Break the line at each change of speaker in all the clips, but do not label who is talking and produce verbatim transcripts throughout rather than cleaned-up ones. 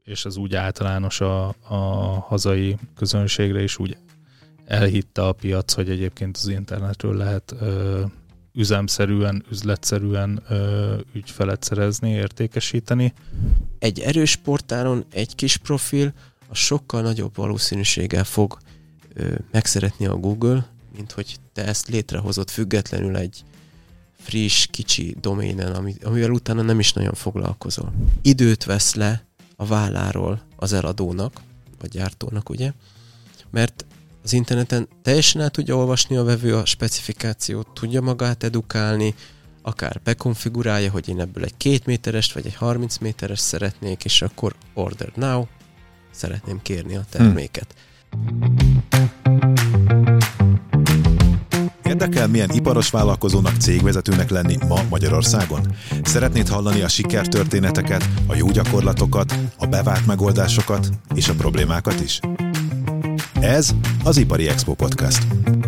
és ez úgy általános a, a hazai közönségre is úgy elhitte a piac, hogy egyébként az internetről lehet ö, üzemszerűen, üzletszerűen ö, ügyfelet szerezni, értékesíteni.
Egy erős portálon egy kis profil a sokkal nagyobb valószínűséggel fog ö, megszeretni a Google, mint hogy te ezt létrehozod függetlenül egy friss, kicsi doménen, ami, amivel utána nem is nagyon foglalkozol. Időt vesz le a válláról az eladónak, vagy gyártónak, ugye? Mert az interneten teljesen el tudja olvasni a vevő a specifikációt, tudja magát edukálni, akár bekonfigurálja, hogy én ebből egy két méterest, vagy egy harminc méteres szeretnék, és akkor order now, szeretném kérni a terméket. Hmm.
Érdekel, milyen iparos vállalkozónak, cégvezetőnek lenni ma Magyarországon? Szeretnéd hallani a sikertörténeteket, a jó gyakorlatokat, a bevált megoldásokat és a problémákat is? Ez az Ipari Expo Podcast.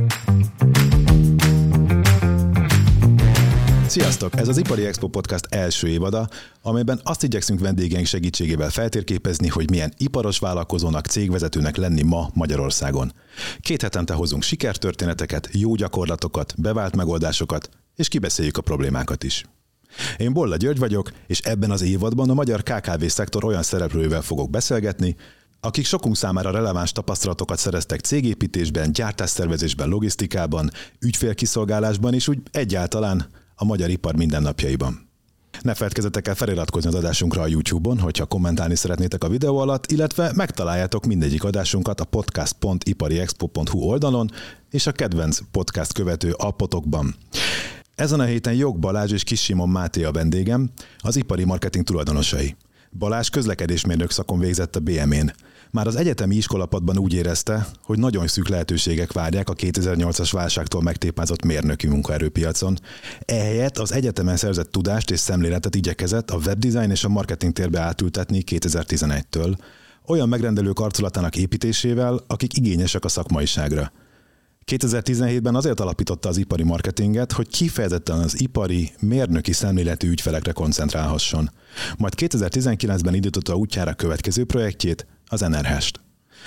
Sziasztok! Ez az Ipari Expo Podcast első évada, amelyben azt igyekszünk vendégeink segítségével feltérképezni, hogy milyen iparos vállalkozónak, cégvezetőnek lenni ma Magyarországon. Két hetente hozunk sikertörténeteket, jó gyakorlatokat, bevált megoldásokat, és kibeszéljük a problémákat is. Én Bolla György vagyok, és ebben az évadban a magyar ká ká vé szektor olyan szereplőivel fogok beszélgetni, akik sokunk számára releváns tapasztalatokat szereztek cégépítésben, gyártásszervezésben, logisztikában, ügyfélkiszolgálásban és úgy egyáltalán a magyar ipar mindennapjaiban. Ne feledkezzetek el feliratkozni az adásunkra a YouTube-on, hogyha kommentálni szeretnétek a videó alatt, illetve megtaláljátok mindegyik adásunkat a podcast pont ipariexpo pont hu oldalon és a kedvenc podcast követő appotokban. Ezen a héten Jog Balázs és Kis Simon Máté a vendégem, az ipari marketing tulajdonosai. Balázs közlekedésmérnök szakon végzett a bé em én. Már az egyetemi iskolapadban úgy érezte, hogy nagyon szűk lehetőségek várják a kétezer-nyolcas válságtól megtépázott mérnöki munkaerőpiacon. Ehelyett az egyetemen szerzett tudást és szemléletet igyekezett a webdesign és a marketing térbe átültetni kétezer-tizenegytől, olyan megrendelők arculatának építésével, akik igényesek a szakmaiságra. kétezer-tizenhétben azért alapította az ipari marketinget, hogy kifejezetten az ipari, mérnöki szemléletű ügyfelekre koncentrálhasson. Majd kétezer-tizenkilencben indította útjára következő projektjét, az en er hash-t.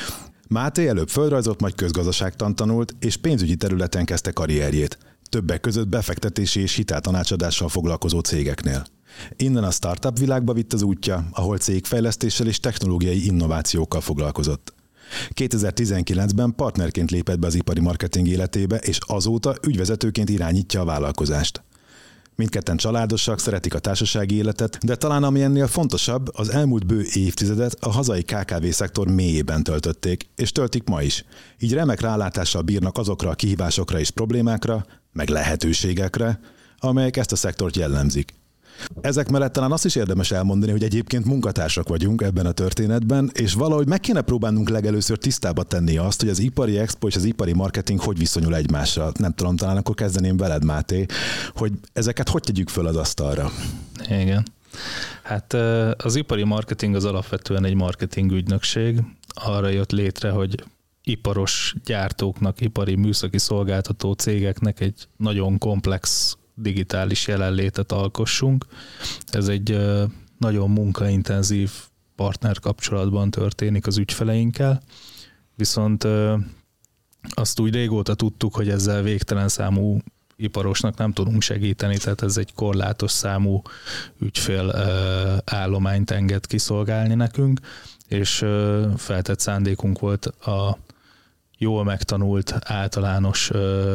Máté előbb földrajzot, majd közgazdaságtant tanult, és pénzügyi területen kezdte karrierjét, többek között befektetési és hiteltanácsadással foglalkozó cégeknél. Innen a startup világba vitt az útja, ahol cégfejlesztéssel és technológiai innovációkkal foglalkozott. kétezer-tizenkilencben partnerként lépett be az ipari marketing életébe, és azóta ügyvezetőként irányítja a vállalkozást. Mindketten családosak, szeretik a társasági életet, de talán ami ennél fontosabb, az elmúlt bő évtizedet a hazai ká ká vé szektor mélyében töltötték, és töltik ma is. Így remek rálátással bírnak azokra a kihívásokra és problémákra, meg lehetőségekre, amelyek ezt a szektort jellemzik. Ezek mellett talán azt is érdemes elmondani, hogy egyébként munkatársak vagyunk ebben a történetben, és valahogy meg kéne próbálnunk legelőször tisztába tenni azt, hogy az ipari expo és az ipari marketing hogy viszonyul egymásra. Nem tudom, talán akkor kezdeném veled, Máté, hogy ezeket hogy tegyük föl az asztalra?
Igen. Hát az ipari marketing az alapvetően egy marketing ügynökség. Arra jött létre, hogy iparos gyártóknak, ipari műszaki szolgáltató cégeknek egy nagyon komplex digitális jelenlétet alkossunk. Ez egy nagyon munkaintenzív partnerkapcsolatban történik az ügyfeleinkkel, viszont azt úgy régóta tudtuk, hogy ezzel végtelen számú iparosnak nem tudunk segíteni, tehát ez egy korlátos számú ügyfél állományt enged kiszolgálni nekünk, és feltett szándékunk volt a jól megtanult általános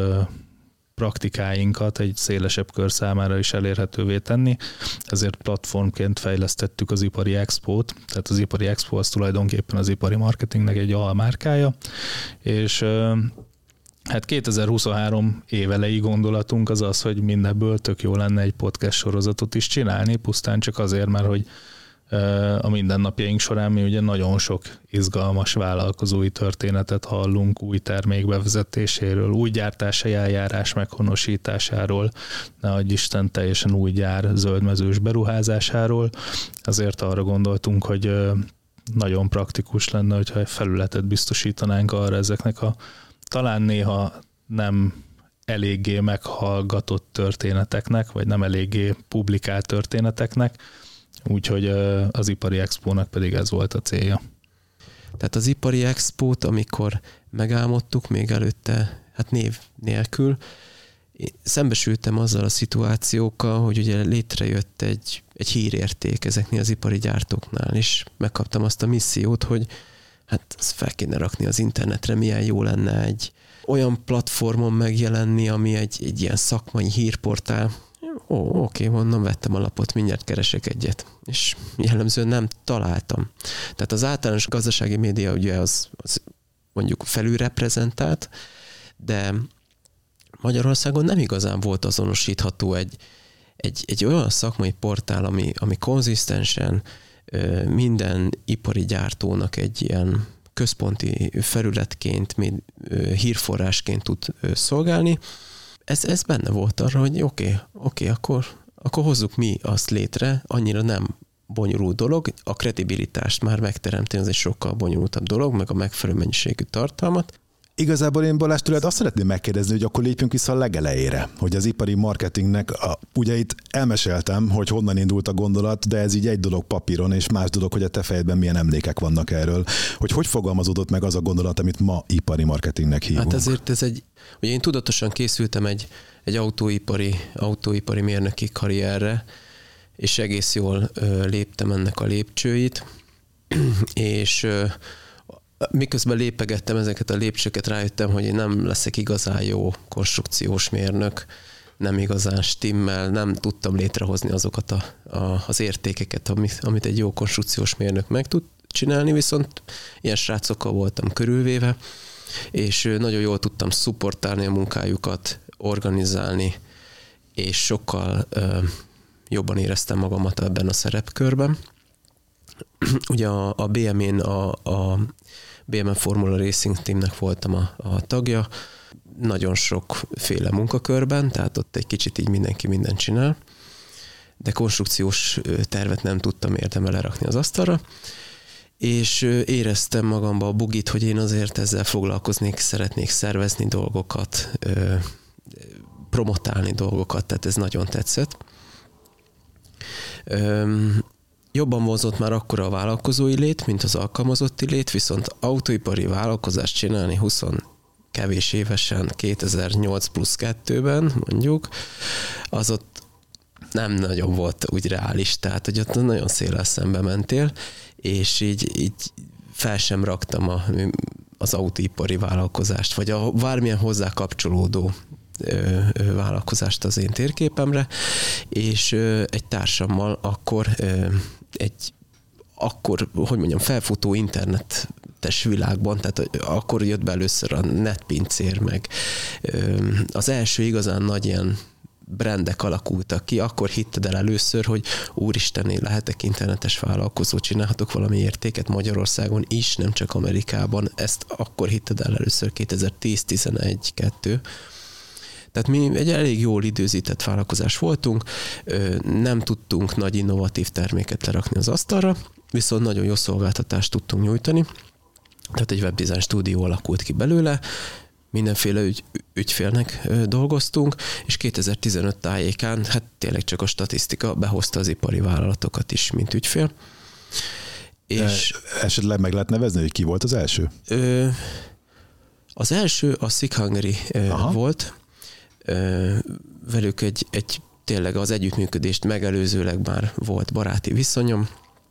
praktikáinkat egy szélesebb kör számára is elérhetővé tenni. Ezért platformként fejlesztettük az Ipari Expót, tehát az Ipari Expo az tulajdonképpen az ipari marketingnek egy almárkája, és hát kétezer-huszonhárom évelei gondolatunk az az, hogy mindebből tök jó lenne egy podcast sorozatot is csinálni, pusztán csak azért, mert hogy a mindennapjaink során mi ugye nagyon sok izgalmas vállalkozói történetet hallunk, új termék bevezetéséről, új gyártási eljárás meghonosításáról, ne adj Isten teljesen új gyár zöldmezős beruházásáról. Azért arra gondoltunk, hogy nagyon praktikus lenne, hogyha egy felületet biztosítanánk arra ezeknek a talán néha nem eléggé meghallgatott történeteknek, vagy nem eléggé publikált történeteknek, Úgyhogy az Ipari Expónak pedig ez volt a célja.
Tehát az Ipari Expót, amikor megálmodtuk, még előtte, hát név nélkül, szembesültem azzal a szituációkkal, hogy ugye létrejött egy, egy hírérték ezeknél az ipari gyártóknál, és megkaptam azt a missziót, hogy hát ezt fel kéne rakni az internetre, milyen jó lenne egy olyan platformon megjelenni, ami egy, egy ilyen szakmai hírportál. Ó, oké, mondom, vettem a lapot, mindjárt keresek egyet. És jellemzően nem találtam. Tehát az általános gazdasági média ugye az, az mondjuk felülreprezentált, de Magyarországon nem igazán volt azonosítható egy, egy, egy olyan szakmai portál, ami, ami konzisztensen minden ipari gyártónak egy ilyen központi felületként, hírforrásként tud szolgálni. Ez, ez benne volt arra, hogy oké, okay, oké, okay, akkor, akkor hozzuk mi azt létre, annyira nem bonyolult dolog, a kredibilitást már megteremteni, az egy sokkal bonyolultabb dolog, meg a megfelelő mennyiségű tartalmat.
Igazából én Balázs tőled azt szeretném megkérdezni, hogy akkor lépjünk vissza a legelejére, hogy az ipari marketingnek, a, ugye itt elmeséltem, hogy honnan indult a gondolat, de ez így egy dolog papíron, és más dolog, hogy a te fejedben milyen emlékek vannak erről, hogy hogy fogalmazódott meg az a gondolat, amit ma ipari marketingnek hívunk.
Hát ezért ez egy, ugye én tudatosan készültem egy, egy autóipari, autóipari mérnöki karrierre, és egész jól ö, léptem ennek a lépcsőit, és ö, miközben lépegettem ezeket a lépcsőket, rájöttem, hogy én nem leszek igazán jó konstrukciós mérnök, nem igazán stimmel, nem tudtam létrehozni azokat a, a, az értékeket, amit, amit egy jó konstrukciós mérnök meg tud csinálni, viszont ilyen srácokkal voltam körülvéve, és nagyon jól tudtam szupportálni a munkájukat, organizálni, és sokkal ö, jobban éreztem magamat ebben a szerepkörben. Ugye a, a bé em én a, a bé em en Formula Racing Teamnek voltam a, a tagja, nagyon sokféle munkakörben, tehát ott egy kicsit így mindenki mindent csinál, de konstrukciós tervet nem tudtam érdemel lerakni az asztalra, és éreztem magamba a bugit, hogy én azért ezzel foglalkoznék, szeretnék szervezni dolgokat, promotálni dolgokat, tehát ez nagyon tetszett. Jobban vonzott már akkor a vállalkozói lét, mint az alkalmazotti lét, viszont autóipari vállalkozást csinálni húsz kevés évesen, kétezer-nyolc plusz kettőben mondjuk, az ott nem nagyon volt úgy reális, tehát hogy ott nagyon széles szembe mentél, és így, így fel sem raktam a, az autóipari vállalkozást, vagy a bármilyen hozzá kapcsolódó vállalkozást az én térképemre, és egy társammal akkor egy akkor, hogy mondjam, felfutó internetes világban, tehát akkor jött be először a netpincér, meg az első igazán nagy ilyen brandek alakultak ki, akkor hitted el először, hogy úristen, én lehetek internetes vállalkozó, csinálhatok valami értéket Magyarországon is, nem csak Amerikában, ezt akkor hitted el először kétezer-tíz, tizenegy, kettő. Tehát mi egy elég jól időzített vállalkozás voltunk, nem tudtunk nagy innovatív terméket lerakni az asztalra, viszont nagyon jó szolgáltatást tudtunk nyújtani. Tehát egy webdesign stúdió alakult ki belőle, mindenféle ügy, ügyfélnek dolgoztunk, és kétezer-tizenöt tájékán, hát tényleg csak a statisztika behozta az ipari vállalatokat is, mint ügyfél.
És esetleg meg lehet nevezni, hogy ki volt az első?
Ö, az első a Sig Hungary volt, velük egy, egy tényleg az együttműködést megelőzőleg már volt baráti viszonyom,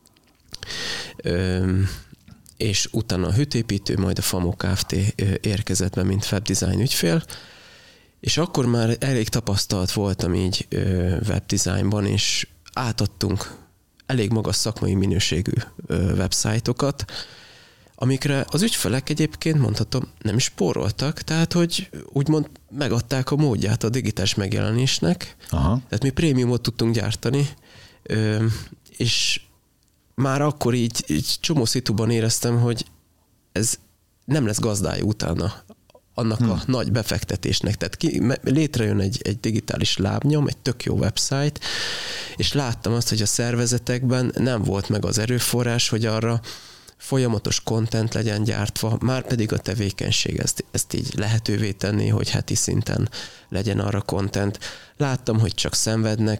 és utána a Hütépítő, majd a Famó Kft. Érkezett be, mint webdesign ügyfél, és akkor már elég tapasztalt voltam így webdesignban, és átadtunk elég magas szakmai minőségű websájtokat, amikre az ügyfelek egyébként mondhatom nem is spóroltak, tehát hogy úgymond megadták a módját a digitális megjelenésnek, aha. Tehát mi prémiumot tudtunk gyártani, és már akkor így, így csomó szituban éreztem, hogy ez nem lesz gazdája utána annak hmm. a nagy befektetésnek. Tehát ki, létrejön egy, egy digitális lábnyom, egy tök jó website, és láttam azt, hogy a szervezetekben nem volt meg az erőforrás, hogy arra folyamatos content legyen gyártva, már pedig a tevékenység ezt, ezt így lehetővé tenni, hogy heti szinten legyen arra content. Láttam, hogy csak szenvednek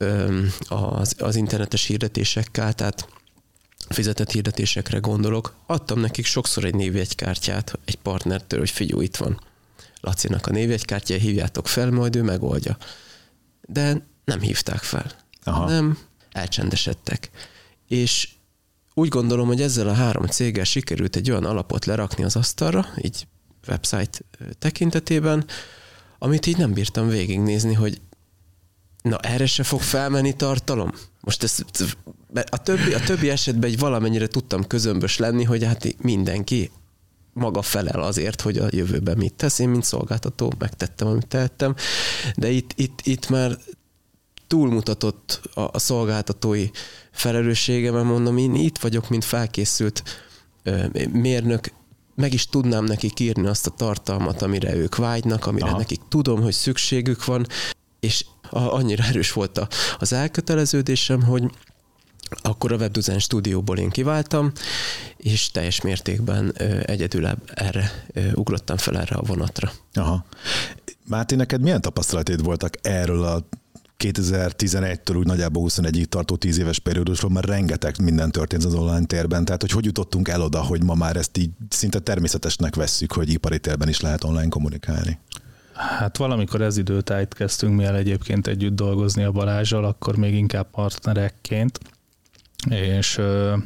az, az internetes hirdetésekkel, tehát fizetett hirdetésekre gondolok. Adtam nekik sokszor egy névjegykártyát egy partnertől, hogy figyelj, itt van Lacinak a névjegykártyája, hívjátok fel, majd ő megoldja. De nem hívták fel. Aha. Nem, elcsendesedtek. És úgy gondolom, hogy ezzel a három céggel sikerült egy olyan alapot lerakni az asztalra, így website tekintetében, amit így nem bírtam végignézni, hogy na erre se fog felmenni tartalom. Most ezt, a, többi, a többi esetben egy valamennyire tudtam közömbös lenni, hogy hát mindenki maga felel azért, hogy a jövőben mit tesz. Én, mint szolgáltató, megtettem, amit tehettem, de itt, itt, itt már túlmutatott a, a szolgáltatói felelősségemen, mondom, én itt vagyok, mint felkészült ö, mérnök, meg is tudnám nekik írni azt a tartalmat, amire ők vágynak, amire Aha. nekik tudom, hogy szükségük van, és a, annyira erős volt a, az elköteleződésem, hogy akkor a WebDesign stúdióból én kiváltam, és teljes mértékben ö, egyedül erre ö, ugrottam fel erre a vonatra.
Aha. Máté, neked milyen tapasztalatéd voltak erről a kétezer-tizenegytől úgy nagyjából huszonegyig tartó tíz éves periódusról, mert rengeteg minden történt az online térben, tehát hogy hogy jutottunk el oda, hogy ma már ezt így szinte természetesnek vesszük, hogy ipari térben is lehet online kommunikálni?
Hát valamikor ez időtájt kezdtünk mi el egyébként együtt dolgozni a Balázsral, akkor még inkább partnerekként, és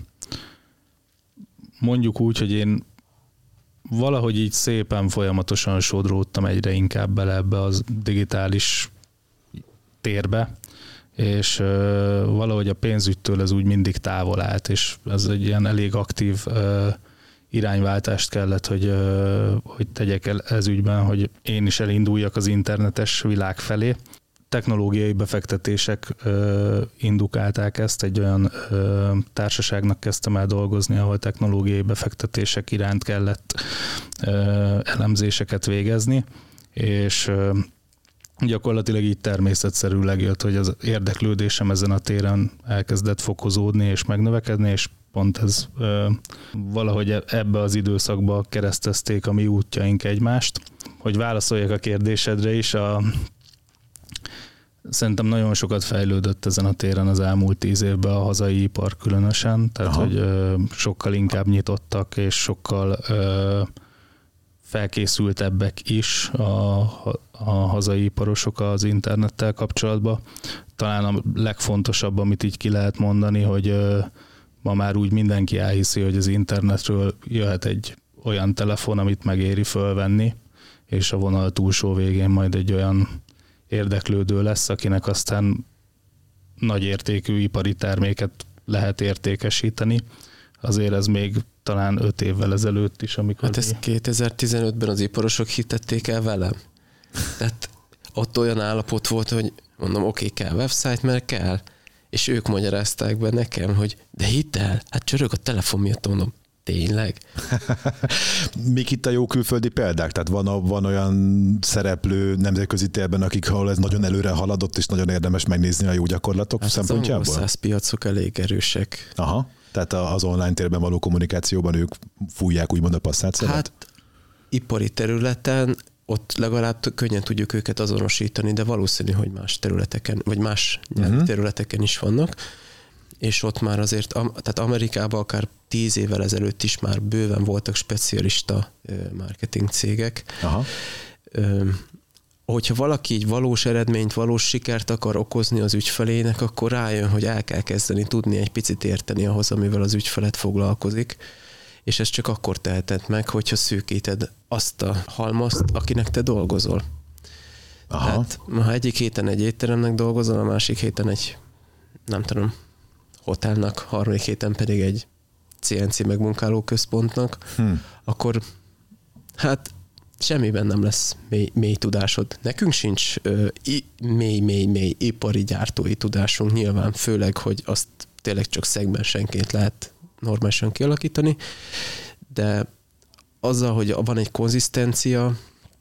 mondjuk úgy, hogy én valahogy így szépen folyamatosan sodródtam egyre inkább bele ebbe az digitális térbe, és uh, valahogy a pénzügytől ez úgy mindig távol állt, és ez egy ilyen elég aktív uh, irányváltást kellett, hogy, uh, hogy tegyek el ez ügyben, hogy én is elinduljak az internetes világ felé. Technológiai befektetések uh, indukálták ezt, egy olyan uh, társaságnak kezdtem el dolgozni, ahol technológiai befektetések iránt kellett uh, elemzéseket végezni, és uh, gyakorlatilag így természetszerűleg jött, hogy az érdeklődésem ezen a téren elkezdett fokozódni és megnövekedni, és pont ez ö, valahogy ebbe az időszakba keresztezték a mi útjaink egymást. Hogy válaszoljak a kérdésedre is, a, szerintem nagyon sokat fejlődött ezen a téren az elmúlt tíz évben a hazai ipar különösen, tehát Aha. hogy ö, sokkal inkább nyitottak, és sokkal ö, felkészültebbek is a, a hazai iparosok az internettel kapcsolatban. Talán a legfontosabb, amit így ki lehet mondani, hogy ma már úgy mindenki elhiszi, hogy az internetről jöhet egy olyan telefon, amit megéri fölvenni, és a vonal túlsó végén majd egy olyan érdeklődő lesz, akinek aztán nagy értékű ipari terméket lehet értékesíteni. Azért ez még talán öt évvel ezelőtt is, amikor...
Hát ezt kétezer-tizenötben az iparosok hitették el velem. Tehát ott olyan állapot volt, hogy mondom, oké, okay, kell website, mert kell. És ők magyarázták be nekem, hogy de hidd el, hát csörög a telefon miatt, mondom, tényleg?
Mik itt a jó külföldi példák? Tehát van, a, van olyan szereplő nemzetközi térben, akik, ahol ez nagyon előre haladott, és nagyon érdemes megnézni a jó gyakorlatok hát szempontjából? Az
angol száz piacok elég erősek.
Aha. Tehát az online térben való kommunikációban ők fújják úgymond a passzát szeret?
Hát ipari területen ott legalább könnyen tudjuk őket azonosítani, de valószínű, hogy más területeken, vagy más nyelvi uh-huh. területeken is vannak, és ott már azért, tehát Amerikában akár tíz évvel ezelőtt is már bőven voltak specialista marketing cégek. Aha. Hogyha valaki így valós eredményt, valós sikert akar okozni az ügyfelének, akkor rájön, hogy el kell kezdeni tudni egy picit érteni ahhoz, amivel az ügyfelet foglalkozik, és ez csak akkor teheted meg, hogyha szűkíted azt a halmazt, akinek te dolgozol. Aha. Tehát ha egyik héten egy étteremnek dolgozol, a másik héten egy, nem tudom, hotelnak, harmadik héten pedig egy cé en cé megmunkáló központnak, hmm. akkor hát semmiben nem lesz mély, mély tudásod. Nekünk sincs mély-mély-mély ipari gyártói tudásunk nyilván, főleg, hogy azt tényleg csak szegmensenként lehet normálisan kialakítani, de azzal, hogy van egy konzisztencia,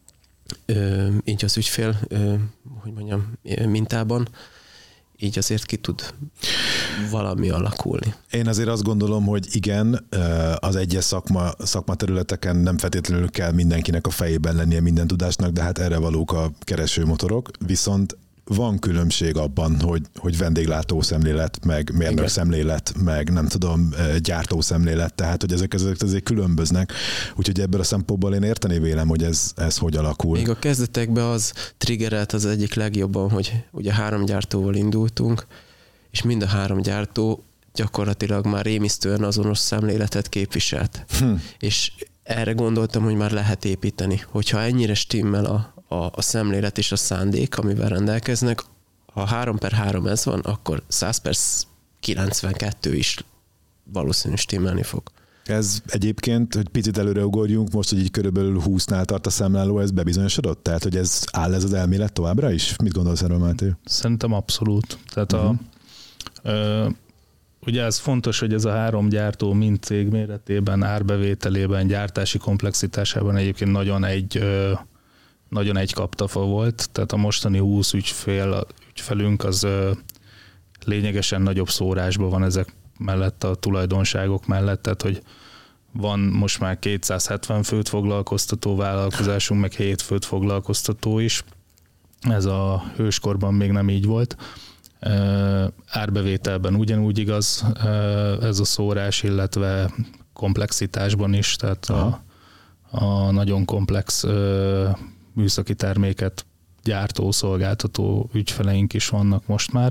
így az ügyfél, hogy mondjam, mintában, így azért ki tud valami alakulni.
Én azért azt gondolom, hogy igen, az egyes szakma, szakmaterületeken nem feltétlenül kell mindenkinek a fejében lennie minden tudásnak, de hát erre valók a keresőmotorok, viszont van különbség abban, hogy, hogy vendéglátó szemlélet, meg mérnök Igen. szemlélet, meg nem tudom, gyártó szemlélet, tehát hogy ezek, ezek azért különböznek, úgyhogy ebből a szempontból én érteni vélem, hogy ez, ez hogy alakul.
Még a kezdetekben az triggerelt az egyik legjobban, hogy ugye három gyártóval indultunk, és mind a három gyártó gyakorlatilag már rémisztően azonos szemléletet képviselt. Hm. És erre gondoltam, hogy már lehet építeni. Hogyha ennyire stimmel a, a, a szemlélet és a szándék, amivel rendelkeznek, ha három per három ez van, akkor száz per kilencvenkettő is valószínű stimmelni fog.
Ez egyébként, hogy picit előre ugorjunk, most, hogy így körülbelül húsznál tart a számláló, ez bebizonyosodott? Tehát, hogy ez áll ez az elmélet továbbra is? Mit gondolsz erről, Máté?
Szerintem abszolút. Tehát uh-huh. a... Ö, Ugye ez fontos, hogy ez a három gyártó mind cég méretében, árbevételében, gyártási komplexitásában egyébként nagyon egy, nagyon egy kaptafa volt, tehát a mostani húsz ügyfél, ügyfelünk az lényegesen nagyobb szórásban van ezek mellett, a tulajdonságok mellett, tehát hogy van most már kétszázhetven főt foglalkoztató vállalkozásunk, meg hét főt foglalkoztató is. Ez a hőskorban még nem így volt. Árbevételben ugyanúgy igaz ez a szórás, illetve komplexitásban is, tehát a, a nagyon komplex műszaki terméket gyártó, szolgáltató ügyfeleink is vannak most már.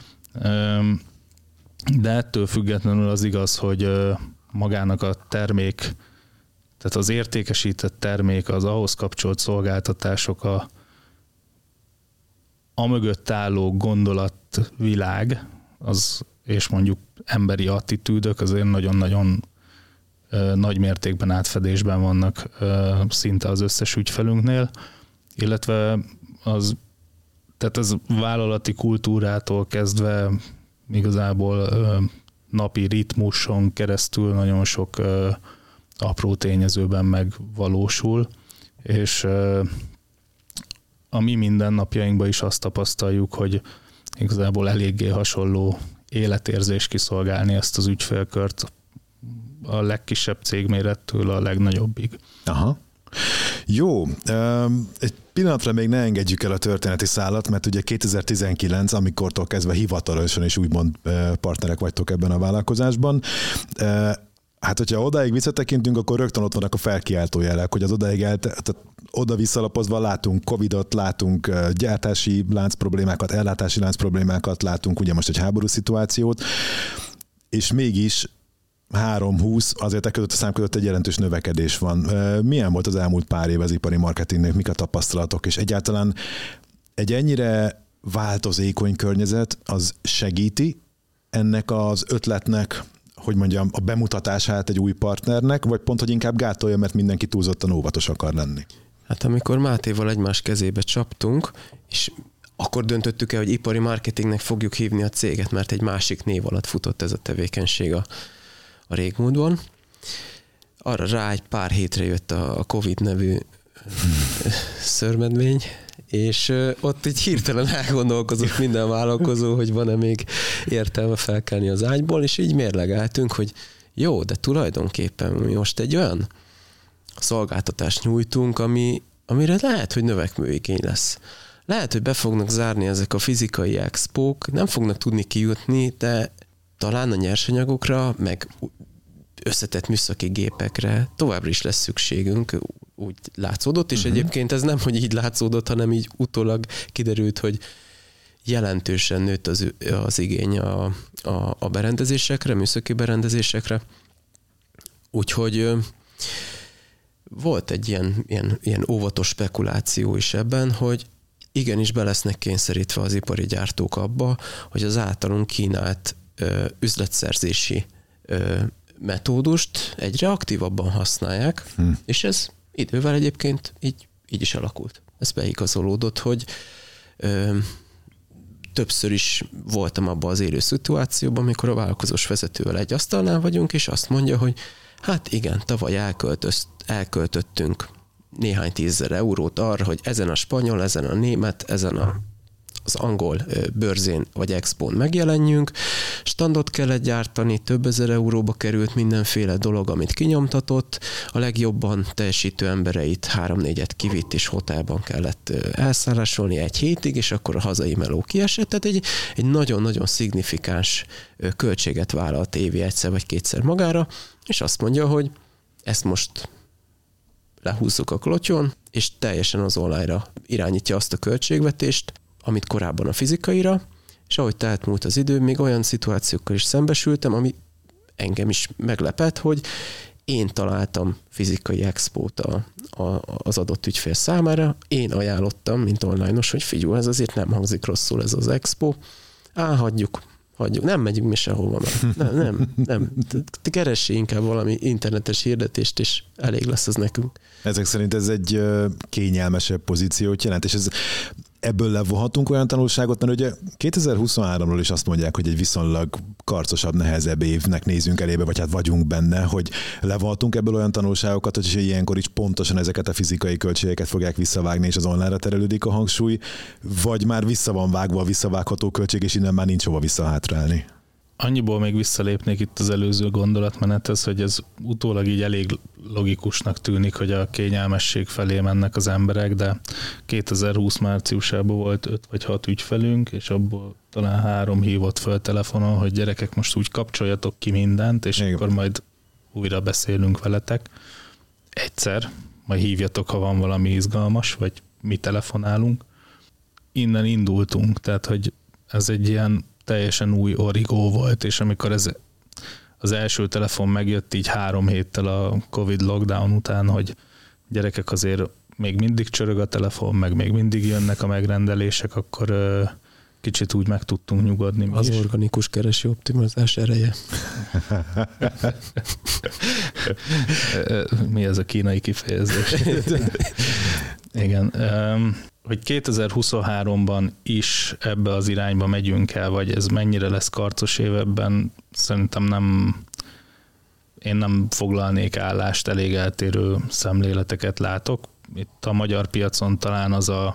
De ettől függetlenül az igaz, hogy magának a termék, tehát az értékesített termék, az ahhoz kapcsolt szolgáltatások, a a mögött álló gondolatvilág, az, és mondjuk emberi attitűdök azért nagyon-nagyon ö, nagy mértékben átfedésben vannak ö, szinte az összes ügyfelünknél, illetve az, tehát az vállalati kultúrától kezdve igazából ö, napi ritmuson keresztül nagyon sok ö, apró tényezőben megvalósul, és ö, a mi mindennapjainkban is azt tapasztaljuk, hogy igazából eléggé hasonló életérzés kiszolgálni ezt az ügyfélkört a legkisebb cégmérettől a legnagyobbig.
Aha. Jó, egy pillanatra még ne engedjük el a történeti szálat, mert ugye kétezer-tizenkilenc, amikortól kezdve hivatalosan is úgymond partnerek vagytok ebben a vállalkozásban. Hát, hogyha odáig visszatekintünk, akkor rögtön ott vannak a felkiáltó jelek, hogy az odáig el, tehát oda visszalapozva látunk Covidot, látunk gyártási lánc problémákat, ellátási lánc problémákat, látunk ugye most egy háború szituációt, és mégis három húsz, azért e között a szám között egy jelentős növekedés van. Milyen volt az elmúlt pár év az ipari marketingnek, mik a tapasztalatok, és egyáltalán egy ennyire változékony környezet az segíti ennek az ötletnek, hogy mondjam, a bemutatását egy új partnernek, vagy pont, hogy inkább gátolja, mert mindenki túlzottan óvatos akar lenni?
Hát amikor Mátéval egymás kezébe csaptunk, és akkor döntöttük el, hogy ipari marketingnek fogjuk hívni a céget, mert egy másik név alatt futott ez a tevékenység a, a régmúltban. Arra rá egy pár hétre jött a Covid nevű szörmedmény, és ott így hirtelen elgondolkozott minden vállalkozó, hogy van-e még értelme felkelni az ágyból, és így mérlegeltünk, hogy jó, de tulajdonképpen mi most egy olyan szolgáltatást nyújtunk, ami, amire lehet, hogy növekvő igény lesz. Lehet, hogy be fognak zárni ezek a fizikai expók, nem fognak tudni kijutni, de talán a nyersanyagokra, meg összetett műszaki gépekre továbbra is lesz szükségünk, úgy látszódott, és uh-huh. egyébként ez nem, hogy így látszódott, hanem így utólag kiderült, hogy jelentősen nőtt az, az igény a, a, a berendezésekre, műszaki berendezésekre. Úgyhogy volt egy ilyen, ilyen, ilyen óvatos spekuláció is ebben, hogy igenis be lesznek kényszerítve az ipari gyártók abba, hogy az általunk kínált ö, üzletszerzési ö, metódust egyre aktívabban használják, hm. és ez idővel egyébként így, így is alakult. Ez beigazolódott, hogy ö, többször is voltam abban az élő szituációban, amikor a vállalkozós vezetővel egy asztalnál vagyunk, és azt mondja, hogy hát igen, tavaly elköltözt, elköltöttünk néhány tízezer eurót arra, hogy ezen a spanyol, ezen a német, ezen a az angol bőrzén vagy expón megjelenjünk, standot kellett gyártani, több ezer euróba került mindenféle dolog, amit kinyomtatott, a legjobban teljesítő embereit három-négyet kivitt, és hotelban kellett elszállásolni egy hétig, és akkor a hazai meló kiesett, tehát egy, egy nagyon-nagyon szignifikáns költséget vállalt évi egyszer vagy kétszer magára, és azt mondja, hogy ezt most lehúzzuk a klotyon, és teljesen az online-ra irányítja azt a költségvetést, amit korábban a fizikaira, és ahogy tehát múlt az idő, még olyan szituációkkal is szembesültem, ami engem is meglepett, hogy én találtam fizikai expót a, a, az adott ügyfél számára, én ajánlottam, mint online-os, hogy figyelj, ez azért nem hangzik rosszul ez az expo, á, hagyjuk, hagyjuk, nem megyünk mi sehova már. Nem, nem, nem. Te keressi inkább valami internetes hirdetést, és elég lesz az nekünk.
Ezek szerint ez egy kényelmesebb pozíciót jelent, és ez, ebből levonhatunk olyan tanulságot, mert ugye kétezer-huszonháromról is azt mondják, hogy egy viszonylag karcosabb, nehezebb évnek nézünk elébe, vagy hát vagyunk benne, hogy levonhatunk ebből olyan tanulságokat, hogy ilyenkor is pontosan ezeket a fizikai költségeket fogják visszavágni, és az online-ra terelődik a hangsúly, vagy már vissza van vágva a visszavágható költség, és innen már nincs hova visszahátrálni.
Annyiból még visszalépnék itt az előző gondolatmenethez, hogy ez utólag így elég logikusnak tűnik, hogy a kényelmesség felé mennek az emberek, de kétezer-húsz márciusában volt öt vagy hat ügyfelünk, és abból talán három hívott föl telefonon, hogy gyerekek, most úgy kapcsoljatok ki mindent, és igen, akkor majd újra beszélünk veletek. Egyszer, majd hívjatok, ha van valami izgalmas, vagy mi telefonálunk. Innen indultunk, tehát hogy ez egy ilyen teljesen új origó volt, és amikor ez az első telefon megjött így három héttel a Covid lockdown után, hogy gyerekek, azért még mindig csörög a telefon, meg még mindig jönnek a megrendelések, akkor ö, kicsit úgy meg tudtunk nyugodni.
Az
is.
Organikus kereső optimalizás ereje.
Mi ez a kínai kifejezés? Igen. Um, hogy kétezer-huszonháromban is ebbe az irányba megyünk el, vagy ez mennyire lesz karcos évebben, szerintem nem, én nem foglalnék állást, elég eltérő szemléleteket látok. Itt a magyar piacon talán az a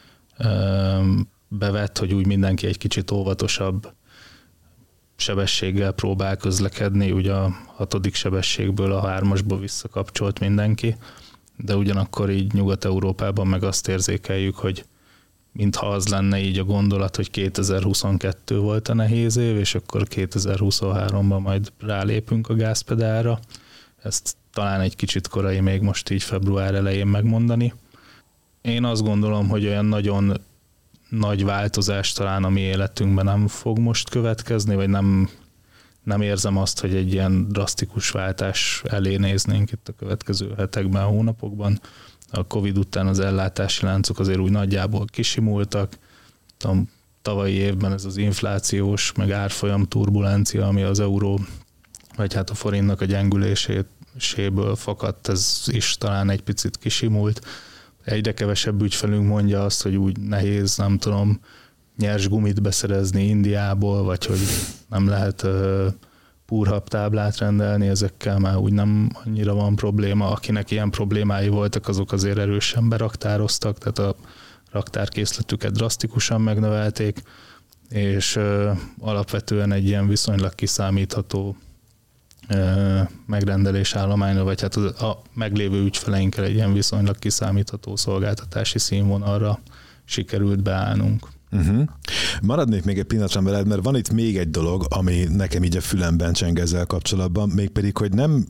ö, bevett, hogy úgy mindenki egy kicsit óvatosabb sebességgel próbál közlekedni, ugye a hatodik sebességből a hármasba visszakapcsolt mindenki, de ugyanakkor így Nyugat-Európában meg azt érzékeljük, hogy mintha az lenne így a gondolat, hogy kétezer-huszonkettő volt a nehéz év, és akkor kétezer-huszonháromban majd rálépünk a gázpedálra. Ezt talán egy kicsit korai még most így február elején megmondani. Én azt gondolom, hogy olyan nagyon nagy változás talán a mi életünkben nem fog most következni, vagy nem, nem érzem azt, hogy egy ilyen drasztikus váltás elé néznénk itt a következő hetekben, hónapokban. A Covid után az ellátási láncok azért úgy nagyjából kisimultak. A tavalyi évben ez az inflációs, meg árfolyam turbulencia, ami az euró, vagy hát a forintnak a gyengüléséből fakadt, ez is talán egy picit kisimult. Egyre kevesebb ügyfelünk mondja azt, hogy úgy nehéz, nem tudom, nyers gumit beszerezni Indiából, vagy hogy nem lehet uh, púrhab táblát rendelni, ezekkel már úgy nem annyira van probléma. Akinek ilyen problémái voltak, azok azért erősen beraktároztak, tehát a raktárkészletüket drasztikusan megnövelték, és uh, alapvetően egy ilyen viszonylag kiszámítható uh, megrendelés állományra, vagy hát a, a meglévő ügyfeleinkkel egy ilyen viszonylag kiszámítható szolgáltatási színvonalra sikerült beállnunk.
Uh-huh. Maradnék még egy pillanatra veled, mert van itt még egy dolog, ami nekem így a fülemben cseng ezzel kapcsolatban, mégpedig, hogy nem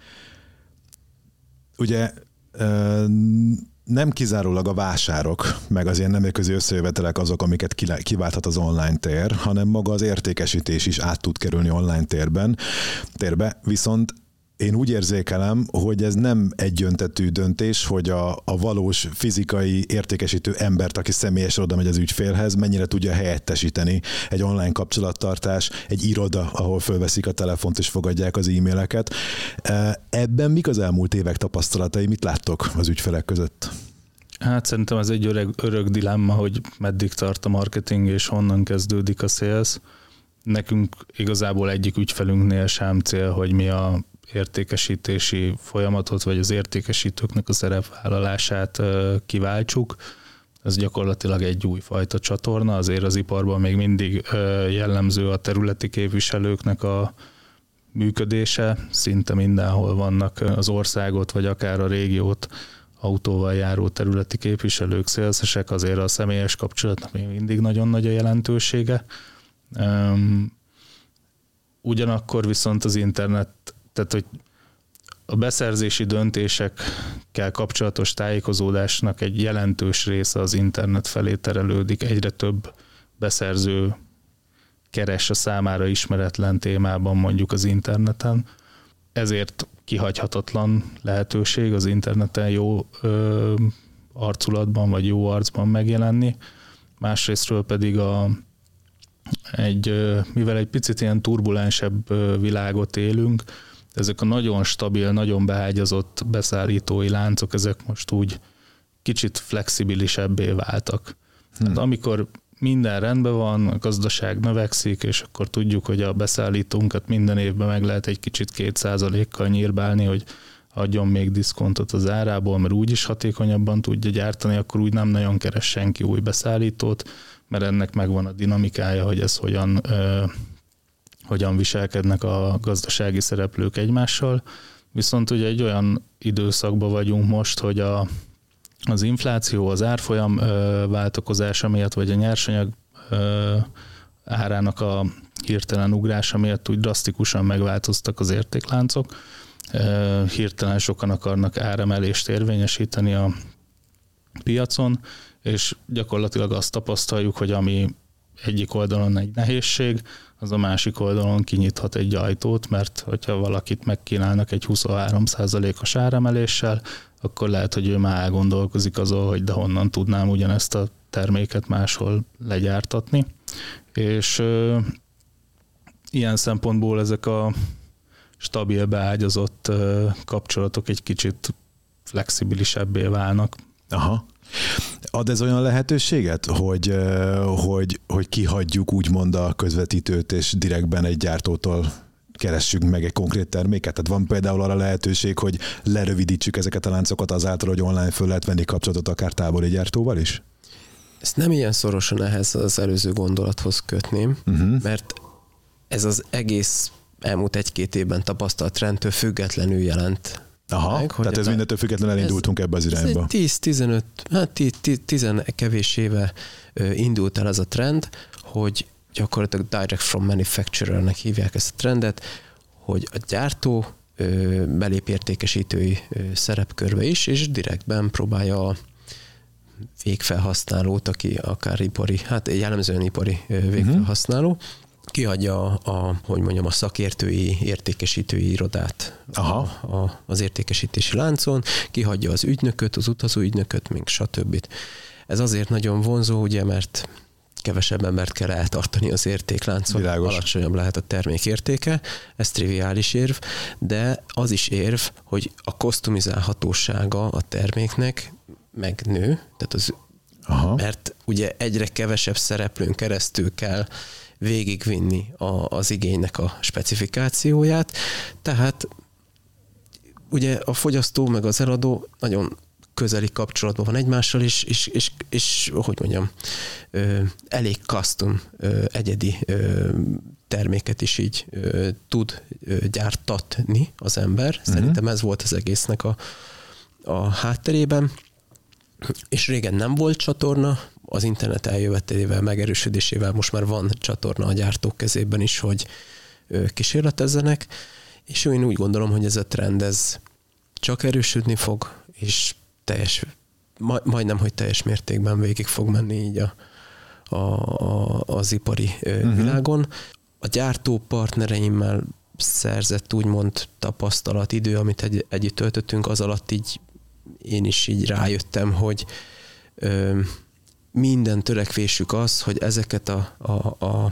ugye nem kizárólag a vásárok, meg az ilyen nemzetközi összejövetelek azok, amiket kiválthat az online tér, hanem maga az értékesítés is át tud kerülni online térben, térbe, viszont én úgy érzékelem, hogy ez nem egyöntetű döntés, hogy a, a valós fizikai értékesítő embert, aki személyesen oda megy az ügyfélhez, mennyire tudja helyettesíteni egy online kapcsolattartás, egy iroda, ahol fölveszik a telefont és fogadják az e-maileket. Ebben mik az elmúlt évek tapasztalatai, mit láttok az ügyfelek között?
Hát szerintem ez egy öreg, örök dilemma, hogy meddig tart a marketing és honnan kezdődik a sales. Nekünk igazából egyik ügyfelünknél sem cél, hogy mi a értékesítési folyamatot, vagy az értékesítőknek a szerepvállalását kiváltsuk. ez gyakorlatilag egy újfajta csatorna, azért az iparban még mindig jellemző a területi képviselőknek a működése, szinte mindenhol vannak az országot, vagy akár a régiót autóval járó területi képviselők, szélszesek, azért a személyes kapcsolatnak még mindig nagyon nagy a jelentősége. Ugyanakkor viszont az internet, tehát hogy a beszerzési döntésekkel kapcsolatos tájékozódásnak egy jelentős része az internet felé terelődik, egyre több beszerző keres a számára ismeretlen témában mondjuk az interneten. Ezért kihagyhatatlan lehetőség az interneten jó ö, arculatban vagy jó arcban megjelenni. Másrésztről pedig a, egy, ö, mivel egy picit ilyen turbulensebb ö, világot élünk, ezek a nagyon stabil, nagyon beágyazott beszállítói láncok, ezek most úgy kicsit flexibilisebbé váltak. Hmm. Hát amikor minden rendben van, a gazdaság növekszik, és akkor tudjuk, hogy a beszállítónkat minden évben meg lehet egy kicsit két százalékkal nyírbálni, hogy adjon még diszkontot az árából, mert úgyis hatékonyabban tudja gyártani, akkor úgy nem nagyon keres senki új beszállítót, mert ennek megvan a dinamikája, hogy ez hogyan, ö, hogyan viselkednek a gazdasági szereplők egymással. Viszont ugye egy olyan időszakban vagyunk most, hogy a az infláció, az árfolyam ö, váltakozása miatt, vagy a nyersanyag ö, árának a hirtelen ugrása miatt úgy drasztikusan megváltoztak az értékláncok. Ö, hirtelen sokan akarnak áremelést érvényesíteni a piacon, és gyakorlatilag azt tapasztaljuk, hogy ami egyik oldalon egy nehézség, az a másik oldalon kinyithat egy ajtót, mert hogyha valakit megkínálnak egy huszonhárom százalékos áremeléssel, akkor lehet, hogy ő már elgondolkozik azon, hogy de honnan tudnám ugyanezt a terméket máshol legyártatni. És ö, ilyen szempontból ezek a stabil, beágyazott ö, kapcsolatok egy kicsit flexibilisebbé válnak.
Aha. Ad ez olyan lehetőséget, hogy, hogy, hogy kihagyjuk úgymond a közvetítőt, és direktben egy gyártótól keressünk meg egy konkrét terméket? Tehát van például arra lehetőség, hogy lerövidítsük ezeket a láncokat azáltal, hogy online föl lehet venni kapcsolatot akár távoli gyártóval is?
Ezt nem ilyen szorosan ehhez az előző gondolathoz kötném, uh-huh. mert ez az egész elmúlt egy-két évben tapasztalt trendtől függetlenül jelent.
Aha, meg, tehát ez mindentől függetlenül elindultunk ebbe az irányba.
tíz-tizenöt, hát tíz kevés éve indult el ez a trend, hogy gyakorlatilag direct from manufacturernek hívják ezt a trendet, hogy a gyártó belép értékesítői szerepkörbe is, és direktben próbálja a végfelhasználót, aki akár ipari, hát jellemzően ipari végfelhasználó, uh-huh. kiadja a, hogy mondjam, a szakértői, értékesítői irodát Aha. A, a, az értékesítési láncon, kihagyja az ügynököt, az utazó ügynököt, még stb. Ez azért nagyon vonzó, ugye, mert kevesebb embert kell eltartani az értékláncon, Világos. alacsonyabb lehet a termék értéke, ez triviális érv, de az is érv, hogy a kosztumizálhatósága a terméknek megnő, tehát az, Aha. mert ugye egyre kevesebb szereplőn keresztül kell végigvinni a, az igénynek a specifikációját, tehát ugye a fogyasztó meg az eladó nagyon közeli kapcsolatban van egymással, és, és, és, és hogy mondjam, ö, elég custom, ö, egyedi ö, terméket is így ö, tud ö, gyártatni az ember. Uh-huh. Szerintem ez volt az egésznek a, a hátterében. És régen nem volt csatorna, az internet eljövetelével, megerősödésével most már van csatorna a gyártók kezében is, hogy ö, kísérletezzenek, és én úgy gondolom, hogy ez a trend ez csak erősödni fog, és teljes, majdnem, hogy teljes mértékben végig fog menni így a, a, a, az ipari uh-huh. világon. A gyártó partnereimmel szerzett úgymond tapasztalat, idő, amit egy, együtt töltöttünk, az alatt így én is így rájöttem, hogy ö, minden törekvésük az, hogy ezeket a, a, a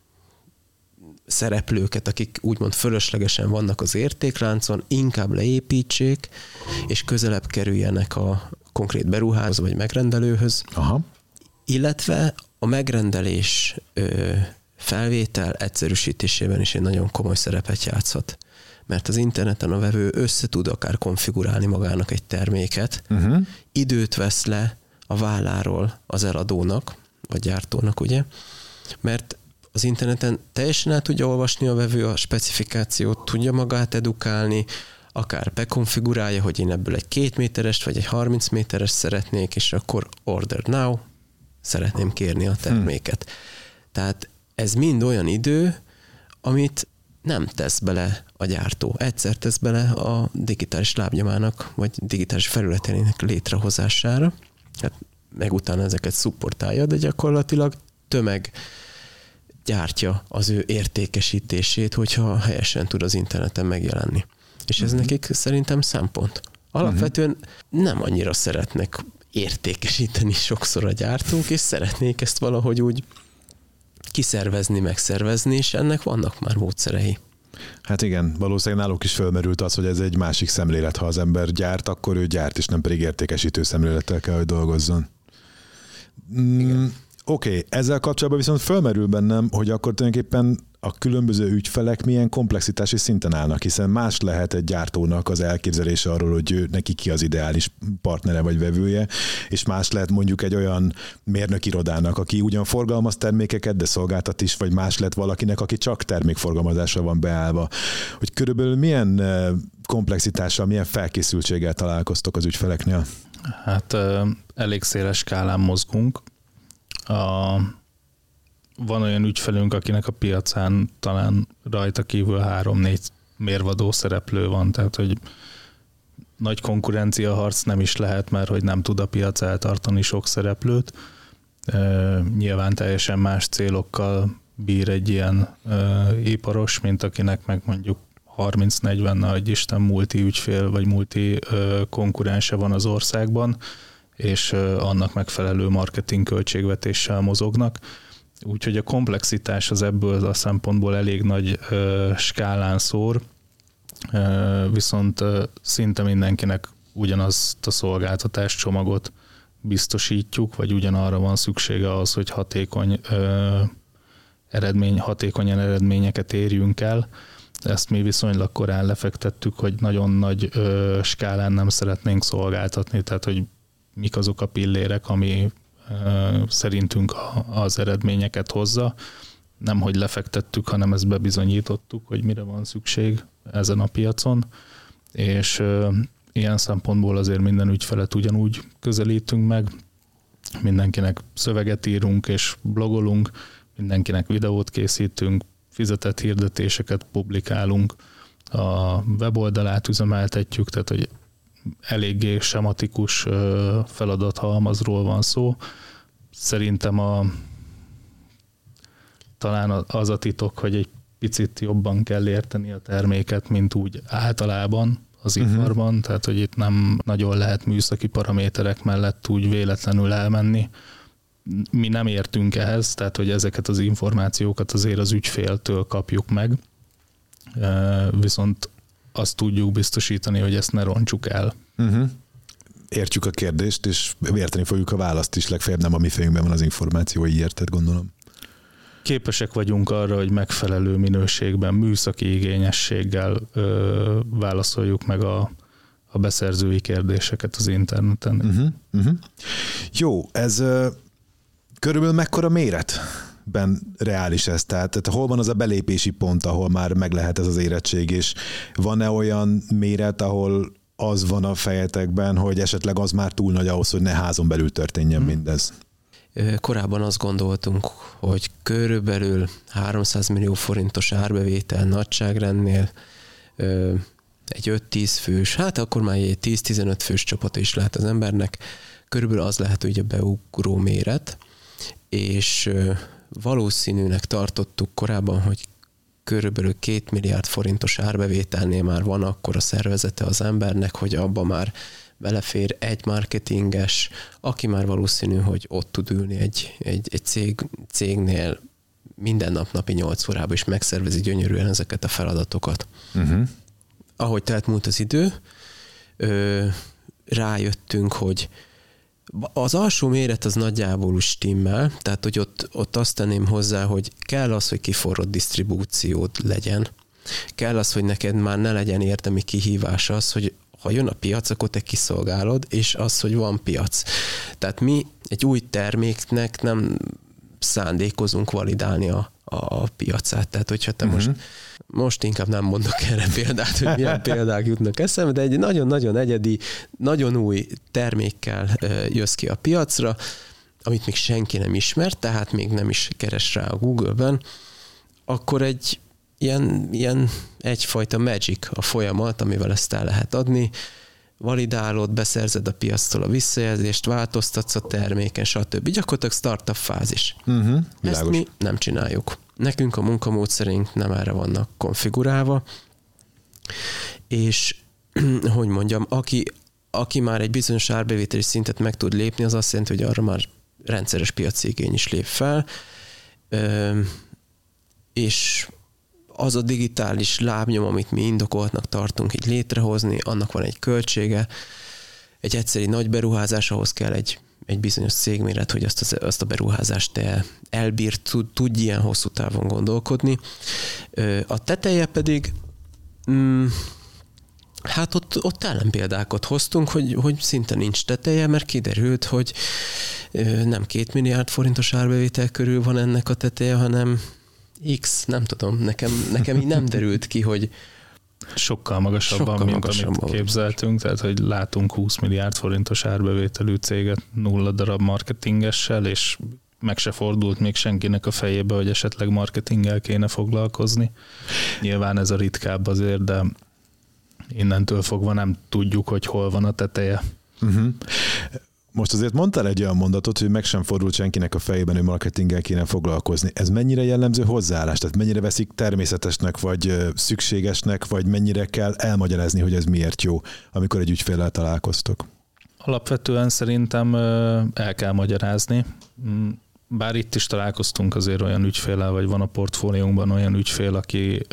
szereplőket, akik úgymond fölöslegesen vannak az értékláncon, inkább leépítsék, és közelebb kerüljenek a konkrét beruházó vagy megrendelőhöz. Aha. Illetve a megrendelés ö, felvétel egyszerűsítésében is egy nagyon komoly szerepet játszhat. Mert az interneten a vevő össze tud akár konfigurálni magának egy terméket, uh-huh. időt vesz le a válláról az eladónak, vagy gyártónak, ugye? Mert az interneten teljesen el tudja olvasni a vevő a specifikációt, tudja magát edukálni, akár bekonfigurálja, hogy én ebből egy két méterest, vagy egy harminc méteres szeretnék, és akkor order now, szeretném kérni a terméket. Hmm. Tehát ez mind olyan idő, amit nem tesz bele a gyártó. Egyszer tesz bele a digitális lábnyomának, vagy digitális felületének létrehozására, hát meg utána ezeket szupportálja, de gyakorlatilag tömeg gyártja az ő értékesítését, hogyha helyesen tud az interneten megjelenni. És ez uh-huh. nekik szerintem szempont. Alapvetően uh-huh. nem annyira szeretnek értékesíteni sokszor a gyártók, és szeretnék ezt valahogy úgy kiszervezni, megszervezni, és ennek vannak már módszerei.
Hát igen, valószínűleg náluk is fölmerült az, hogy ez egy másik szemlélet. Ha az ember gyárt, akkor ő gyárt, és nem pedig értékesítő szemlélettel kell, hogy dolgozzon. Mm, Oké, okay. Ezzel kapcsolatban viszont fölmerül bennem, hogy akkor tulajdonképpen a különböző ügyfelek milyen komplexitási szinten állnak, hiszen más lehet egy gyártónak az elképzelése arról, hogy ő, neki ki az ideális partnere vagy vevője, és más lehet mondjuk egy olyan mérnökirodának, aki ugyan forgalmaz termékeket, de szolgáltat is, vagy más lehet valakinek, aki csak termékforgalmazásra van beállva. Hogy körülbelül milyen komplexitással, milyen felkészültséggel találkoztok az ügyfeleknél?
Hát elég széles skálán mozgunk. A Van olyan ügyfelünk, akinek a piacán talán rajta kívül három-négy mérvadó szereplő van, tehát hogy nagy konkurencia harc nem is lehet, mert hogy nem tud a piac eltartani sok szereplőt. E, nyilván teljesen más célokkal bír egy ilyen e, iparos, mint akinek meg mondjuk harminc-negyven nagy Isten multi ügyfél, vagy multi e, konkurense van az országban, és e, annak megfelelő marketing költségvetéssel mozognak. Úgyhogy a komplexitás az ebből a szempontból elég nagy ö, skálán szór, ö, viszont ö, szinte mindenkinek ugyanazt a szolgáltatás csomagot biztosítjuk, vagy ugyanarra van szüksége ahhoz, hogy hatékony, ö, eredmény, hatékonyan eredményeket érjünk el. Ezt mi viszonylag korán lefektettük, hogy nagyon nagy ö, skálán nem szeretnénk szolgáltatni, tehát hogy mik azok a pillérek, ami szerintünk az eredményeket hozza. Nem, hogy lefektettük, hanem ezt bebizonyítottuk, hogy mire van szükség ezen a piacon, és ilyen szempontból azért minden ügyfelet ugyanúgy közelítünk meg, mindenkinek szöveget írunk és blogolunk, mindenkinek videót készítünk, fizetett hirdetéseket publikálunk, a weboldalát üzemeltetjük, tehát hogy eléggé sematikus feladathalmazról van szó. Szerintem a, talán az a titok, hogy egy picit jobban kell érteni a terméket, mint úgy általában az uh-huh. iparban, tehát hogy itt nem nagyon lehet műszaki paraméterek mellett úgy véletlenül elmenni. Mi nem értünk ehhez, tehát hogy ezeket az információkat azért az ügyféltől kapjuk meg, viszont azt tudjuk biztosítani, hogy ezt ne rontsuk el. Uh-huh.
Értjük a kérdést, és érteni fogjuk a választ is, legfeljebb nem a mi fejünkben van az információ, hogy érted, gondolom.
Képesek vagyunk arra, hogy megfelelő minőségben, műszaki igényességgel ö, válaszoljuk meg a, a beszerzői kérdéseket az interneten.
Uh-huh. Uh-huh. Jó, ez ö, körülbelül mekkora méret? Ben reális ez, tehát, tehát hol van az a belépési pont, ahol már meg lehet ez az érettség, és van-e olyan méret, ahol az van a fejetekben, hogy esetleg az már túl nagy ahhoz, hogy ne házon belül történjen hmm. mindez?
Korábban azt gondoltunk, hogy körülbelül háromszáz millió forintos árbevétel nagyságrendnél egy öt-tíz fős, hát akkor már egy tíz-tizenöt fős csapat is lehet az embernek, körülbelül az lehet, hogy a beugró méret, és valószínűnek tartottuk korábban, hogy körülbelül két milliárd forintos árbevételnél már van akkor a szervezete az embernek, hogy abba már belefér egy marketinges, aki már valószínű, hogy ott tud ülni egy, egy, egy cég, cégnél minden nap napi nyolc órában, és megszervezi gyönyörűen ezeket a feladatokat. Uh-huh. Ahogy telt múlt az idő, ö, rájöttünk, hogy az alsó méret az nagyjából stimmel, tehát hogy ott, ott azt tenném hozzá, hogy kell az, hogy kiforrott disztribúciód legyen. Kell az, hogy neked már ne legyen érdemi kihívás az, hogy ha jön a piac, akkor te kiszolgálod, és az, hogy van piac. Tehát mi egy új terméknek nem szándékozunk validálni a, a piacát. Tehát, hogyha te uh-huh. most, most inkább nem mondok erre példát, hogy milyen példák jutnak eszembe, de egy nagyon-nagyon egyedi, nagyon új termékkel jössz ki a piacra, amit még senki nem ismer, tehát még nem is keres rá a Google-ben, akkor egy ilyen, ilyen egyfajta magic a folyamat, amivel ezt el lehet adni, validálod, beszerzed a piactól a visszajelzést, változtatsz a terméken, stb. Gyakorlatilag startup fázis.
Uh-huh,
Ezt mi nem csináljuk. Nekünk a munkamódszerünk nem erre vannak konfigurálva, és hogy mondjam, aki, aki már egy bizonyos árbevételi szintet meg tud lépni, az azt jelenti, hogy arra már rendszeres piaci igény is lép fel, Ö, és az a digitális lábnyom, amit mi indokoltnak tartunk így létrehozni, annak van egy költsége, egy egyszeri nagy beruházás, ahhoz kell egy, egy bizonyos cégméret, hogy azt, az, azt a beruházást te elbír, tud, tudj ilyen hosszú távon gondolkodni. A teteje pedig, mm, hát ott, ott ellenpéldákat hoztunk, hogy, hogy szinte nincs teteje, mert kiderült, hogy nem két milliárd forintos árbevétel körül van ennek a teteje, hanem X, nem tudom, nekem, nekem így nem derült ki, hogy
sokkal magasabban,
sokkal
mint
magasabban
amit képzeltünk, tehát hogy látunk húsz milliárd forintos árbevételű céget nulla darab marketingessel, és meg se fordult még senkinek a fejébe, hogy esetleg marketinggel kéne foglalkozni. Nyilván ez a ritkább azért, de innentől fogva nem tudjuk, hogy hol van a teteje.
Uh-huh. Most azért mondtál egy olyan mondatot, hogy meg sem fordult senkinek a fejében, hogy marketinggel kéne foglalkozni. Ez mennyire jellemző hozzáállás? Tehát mennyire veszik természetesnek, vagy szükségesnek, vagy mennyire kell elmagyarázni, hogy ez miért jó, amikor egy ügyféllel találkoztok?
Alapvetően szerintem el kell magyarázni. Bár itt is találkoztunk azért olyan ügyféllel, vagy van a portfóliónkban olyan ügyfél, aki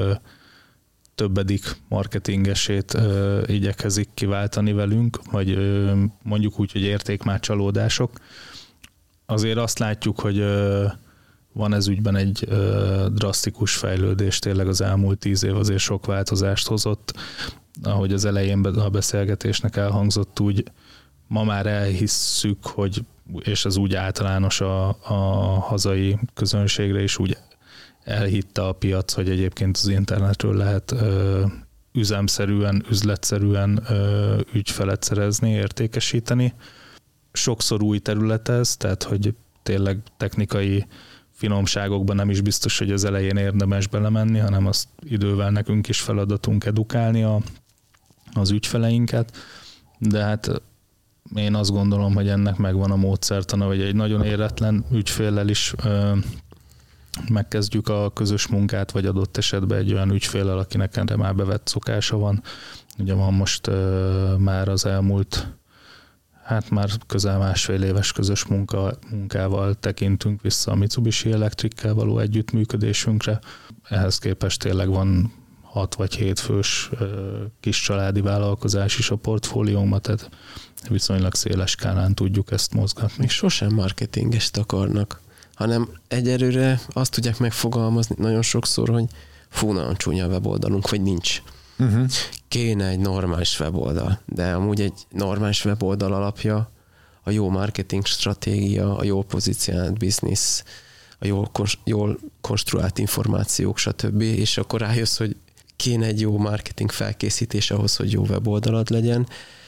többedik marketingesét ö, igyekezik kiváltani velünk, vagy ö, mondjuk úgy, hogy értékmácsalódások. Azért azt látjuk, hogy ö, van ez ügyben egy ö, drasztikus fejlődés, tényleg az elmúlt tíz év azért sok változást hozott. Ahogy az elején a beszélgetésnek elhangzott, úgy ma már elhisszük, hogy, és ez úgy általános a, a hazai közönségre is úgy elhitte a piac, hogy egyébként az internetről lehet ö, üzemszerűen, üzletszerűen ö, ügyfelet szerezni, értékesíteni. Sokszor új terület ez, tehát hogy tényleg technikai finomságokban nem is biztos, hogy az elején érdemes belemenni, hanem azt idővel nekünk is feladatunk edukálni a, az ügyfeleinket, de hát én azt gondolom, hogy ennek megvan a módszertana, hogy egy nagyon éretlen ügyféllel is ö, megkezdjük a közös munkát, vagy adott esetben egy olyan ügyféllel, akinek erre már bevett szokása van. Ugye van most uh, már az elmúlt, hát már közel másfél éves közös munka, munkával tekintünk vissza a Mitsubishi Electric-kel való együttműködésünkre. Ehhez képest tényleg van hat vagy hét fős uh, kis családi vállalkozás is a portfóliónkban, tehát viszonylag széles skálán tudjuk ezt mozgatni.
Még sosem marketingest akarnak, hanem egyelőre azt tudják megfogalmazni nagyon sokszor, hogy fú, nagyon csúnya a weboldalunk, vagy nincs. Uh-huh. Kéne egy normális weboldal, de amúgy egy normális weboldal alapja a jó marketing stratégia, a jól pozícionált biznisz, a jól, jól konstruált információk, stb. És akkor rájössz, hogy kéne egy jó marketing felkészítés ahhoz, hogy jó weboldalad legyen,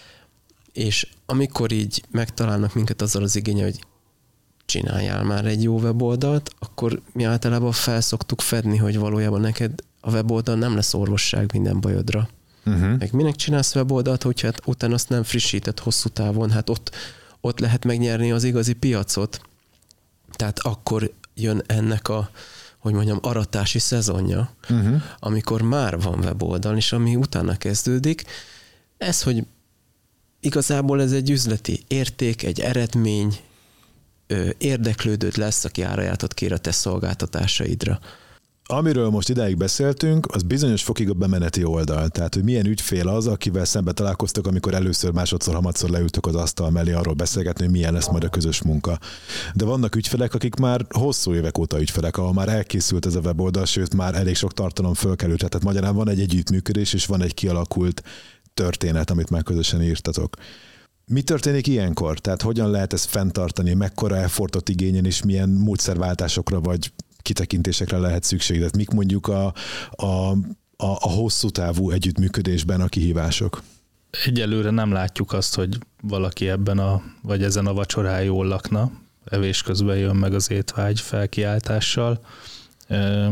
és amikor így megtalálnak minket azzal az igénye, hogy csináljál már egy jó weboldalt, akkor mi általában felszoktuk fedni, hogy valójában neked a weboldal nem lesz orvosság minden bajodra. Uh-huh. Meg minek csinálsz weboldalt, hogyha hát utána azt nem frissített hosszú távon, hát ott, ott lehet megnyerni az igazi piacot. Tehát akkor jön ennek a, hogy mondjam, aratási szezonja, uh-huh. amikor már van weboldal, és ami utána kezdődik. Ez, hogy igazából ez egy üzleti érték, egy eredmény, érdeklődőd lesz, aki árajátot kér a te szolgáltatásaidra.
Amiről most idáig beszéltünk, az bizonyos fokig a bemeneti oldal. Tehát, hogy milyen ügyfél az, akivel szembe találkoztok, amikor először, másodszor, harmadszor leültök az asztal mellé arról beszélgetni, hogy milyen lesz majd a közös munka. De vannak ügyfelek, akik már hosszú évek óta ügyfelek, ahol már elkészült ez a weboldal, sőt már elég sok tartalom fölkerült. Tehát magyarán van egy együttműködés, és van egy kialakult történet, amit már közösen írtatok. Mi történik ilyenkor? Tehát hogyan lehet ezt fenntartani? Mekkora effortot igényel, és milyen módszerváltásokra vagy kitekintésekre lehet szükség? Tehát mik mondjuk a, a, a, a hosszú távú együttműködésben a kihívások?
Egyelőre nem látjuk azt, hogy valaki ebben a, vagy ezen a vacsorán jól lakna. Evés közben jön meg az étvágy felkiáltással. E,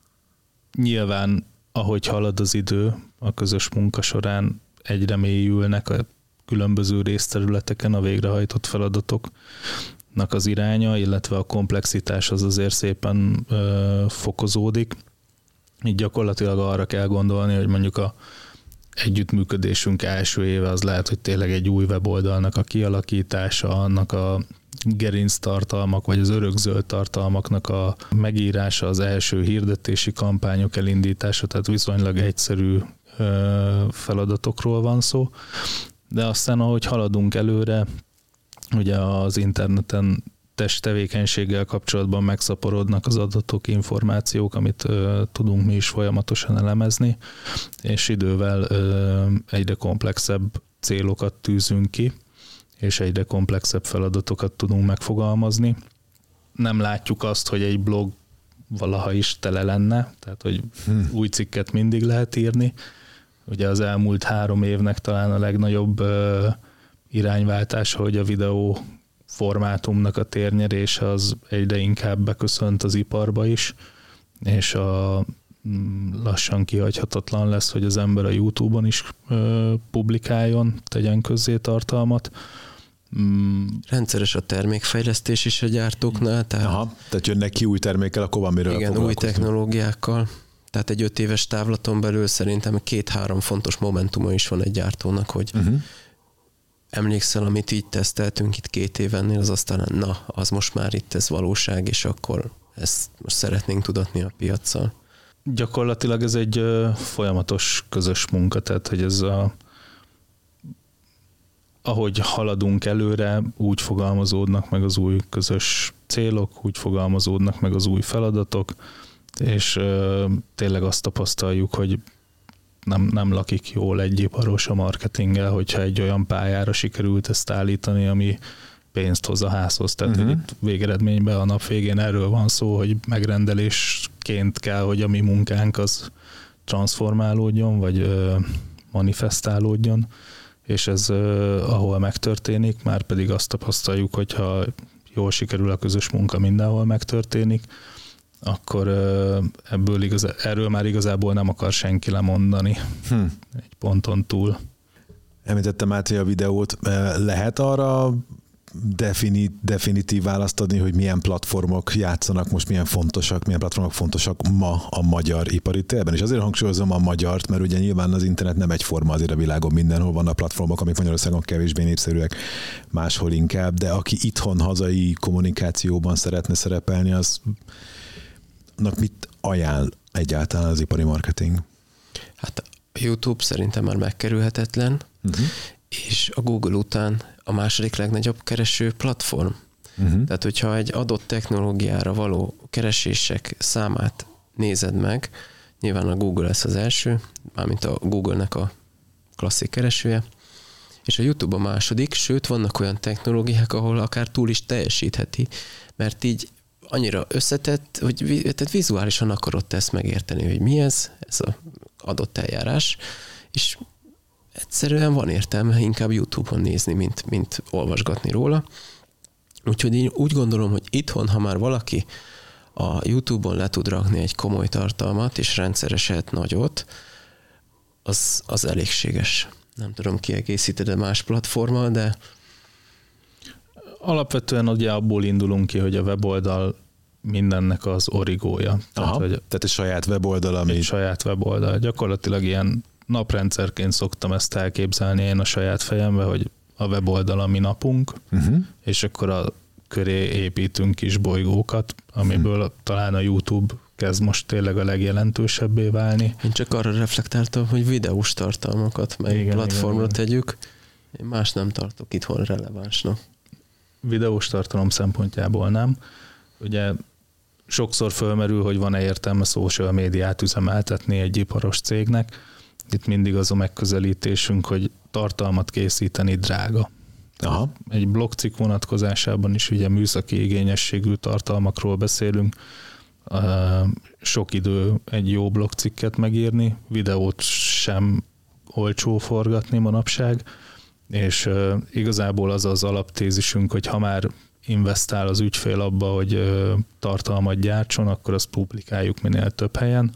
nyilván, ahogy halad az idő, a közös munka során egyre mélyülnek a különböző részterületeken a végrehajtott feladatoknak az iránya, illetve a komplexitás az azért szépen ö, fokozódik. Így gyakorlatilag arra kell gondolni, hogy mondjuk a együttműködésünk első éve az lehet, hogy tényleg egy új weboldalnak a kialakítása, annak a gerinc tartalmak, vagy az örökzöld tartalmaknak a megírása, az első hirdetési kampányok elindítása, tehát viszonylag egyszerű ö, feladatokról van szó. De aztán, ahogy haladunk előre, ugye az interneten test tevékenységgel kapcsolatban megszaporodnak az adatok, információk, amit ö, tudunk mi is folyamatosan elemezni, és idővel ö, egyre komplexebb célokat tűzünk ki, és egyre komplexebb feladatokat tudunk megfogalmazni. Nem látjuk azt, hogy egy blog valaha is tele lenne, tehát hogy hmm. új cikket mindig lehet írni. Ugye az elmúlt három évnek talán a legnagyobb ö, irányváltása, hogy a videó formátumnak a térnyerése az egyre inkább beköszönt az iparba is, és a lassan kihagyhatatlan lesz, hogy az ember a YouTube-on is ö, publikáljon, tegyen közzé tartalmat.
Mm. Rendszeres a termékfejlesztés is a gyártóknál. Tehát,
Aha, tehát jönnek ki új termékkel, akkor van miről
igen, új technológiákkal. Tehát egy öt éves távlaton belül szerintem két-három fontos momentuma is van egy gyártónak, hogy uh-huh. emlékszel, amit így teszteltünk itt két évennél, az aztán na, az most már itt ez valóság, és akkor ezt most szeretnénk tudatni a piaccal.
Gyakorlatilag ez egy ö, folyamatos közös munka, tehát hogy ez a ahogy haladunk előre, úgy fogalmazódnak meg az új közös célok, úgy fogalmazódnak meg az új feladatok, és ö, tényleg azt tapasztaljuk, hogy nem, nem lakik jól egy iparos a marketinggel, hogyha egy olyan pályára sikerült ezt állítani, ami pénzt hoz a házhoz. Tehát uh-huh. itt végeredményben a nap végén erről van szó, hogy megrendelésként kell, hogy a mi munkánk az transformálódjon, vagy ö, manifestálódjon, és ez ö, ahol megtörténik, már pedig azt tapasztaljuk, hogyha jól sikerül a közös munka, mindenhol megtörténik, akkor ö, ebből igaz, erről már igazából nem akar senki lemondani hm. egy ponton túl.
Említettem át a videót. Lehet arra defini, definitív választ adni, hogy milyen platformok játszanak most, milyen fontosak, milyen platformok fontosak ma a magyar ipari térben? És azért hangsúlyozom a magyart, mert ugye nyilván az internet nem egyforma azért a világon, mindenhol vannak platformok, amik Magyarországon kevésbé népszerűek, máshol inkább, de aki itthon hazai kommunikációban szeretne szerepelni, az mit ajánl egyáltalán az ipari marketing?
Hát a YouTube szerintem már megkerülhetetlen, uh-huh. és a Google után a második legnagyobb kereső platform. Uh-huh. Tehát, hogyha egy adott technológiára való keresések számát nézed meg, nyilván a Google lesz az első, mármint a Google-nek a klasszik keresője, és a YouTube a második, sőt, vannak olyan technológiák, ahol akár túl is teljesítheti, mert így annyira összetett, hogy tehát vizuálisan akarod te ezt megérteni, hogy mi ez, ez az adott eljárás, és egyszerűen van értelme inkább YouTube-on nézni, mint, mint olvasgatni róla. Úgyhogy én úgy gondolom, hogy itthon, ha már valaki a YouTube-on le tud rakni egy komoly tartalmat, és rendszereset nagyot, az, az elégséges. Nem tudom, kiegészíted-e más platformmal, de
alapvetően ugye abból indulunk ki, hogy a weboldal mindennek az origója.
Tehát, Aha, hogy tehát egy saját weboldal, ami...
Egy saját weboldal. Gyakorlatilag ilyen naprendszerként szoktam ezt elképzelni én a saját fejembe, hogy a weboldal a mi napunk, uh-huh. és akkor a köré építünk kis bolygókat, amiből uh-huh. talán a YouTube kezd most tényleg a legjelentősebbé válni.
Én csak arra reflektáltam, hogy videós tartalmakat meg igen, platformra igen, tegyük. Én más nem tartok itthon relevánsnak.
Videós tartalom szempontjából nem. Ugye sokszor fölmerül, hogy van-e értelme social médiát üzemeltetni egy iparos cégnek. itt mindig az a megközelítésünk, hogy tartalmat készíteni drága.
Aha.
Egy blogcikk vonatkozásában is ugye műszaki igényességű tartalmakról beszélünk. Sok idő egy jó blogcikket megírni, videót sem olcsó forgatni manapság, és igazából az az alaptézisünk, hogy ha már investál az ügyfél abba, hogy tartalmat gyártson, akkor azt publikáljuk minél több helyen,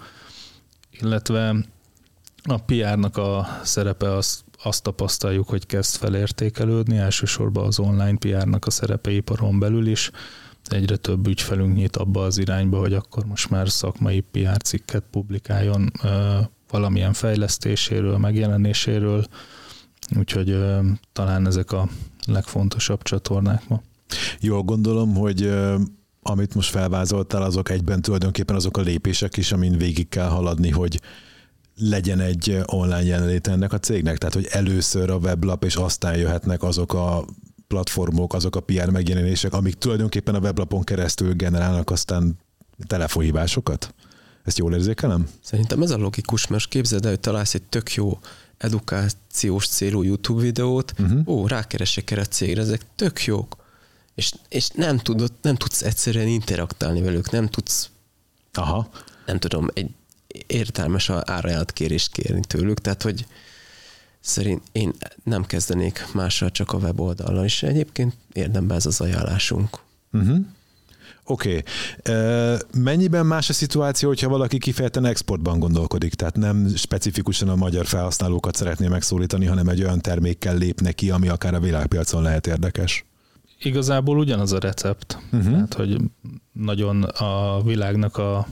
illetve a pé er-nak a szerepe az azt tapasztaljuk, hogy kezd felértékelődni, elsősorban az online pé er-nak a szerepe iparon belül is. Egyre több ügyfelünk nyit abba az irányba, hogy akkor most már szakmai pé er cikket publikáljon ö, valamilyen fejlesztéséről, megjelenéséről, úgyhogy ö, talán ezek a legfontosabb csatornák ma.
Jól gondolom, hogy ö, amit most felvázoltál, azok egyben tulajdonképpen azok a lépések is, amin végig kell haladni, hogy legyen egy online jelenlét ennek a cégnek. Tehát, hogy először a weblap, és aztán jöhetnek azok a platformok, azok a pé er megjelenések, amik tulajdonképpen a weblapon keresztül generálnak aztán telefonhívásokat? Ezt jól érzékelem?
Szerintem ez a logikus, mert képzeld el, hogy találsz egy tök jó edukációs célú YouTube videót, uh-huh. ó, rákeresek erre a cégre, ezek tök jók. És, és nem, tudod, nem tudsz egyszerűen interaktálni velük, nem tudsz,
Aha.
nem tudom, egy értelmes árajánlatkérést kérni tőlük, tehát, hogy szerint én nem kezdenék mással, csak a weboldallal is. Egyébként érdemben ez az ajánlásunk.
Uh-huh. Oké. Okay. Mennyiben más a szituáció, hogyha valaki kifejezetten exportban gondolkodik, tehát nem specifikusan a magyar felhasználókat szeretné megszólítani, hanem egy olyan termékkel lép neki, ami akár a világpiacon lehet érdekes?
Igazából ugyanaz a recept. Uh-huh. Tehát, hogy nagyon a világnak a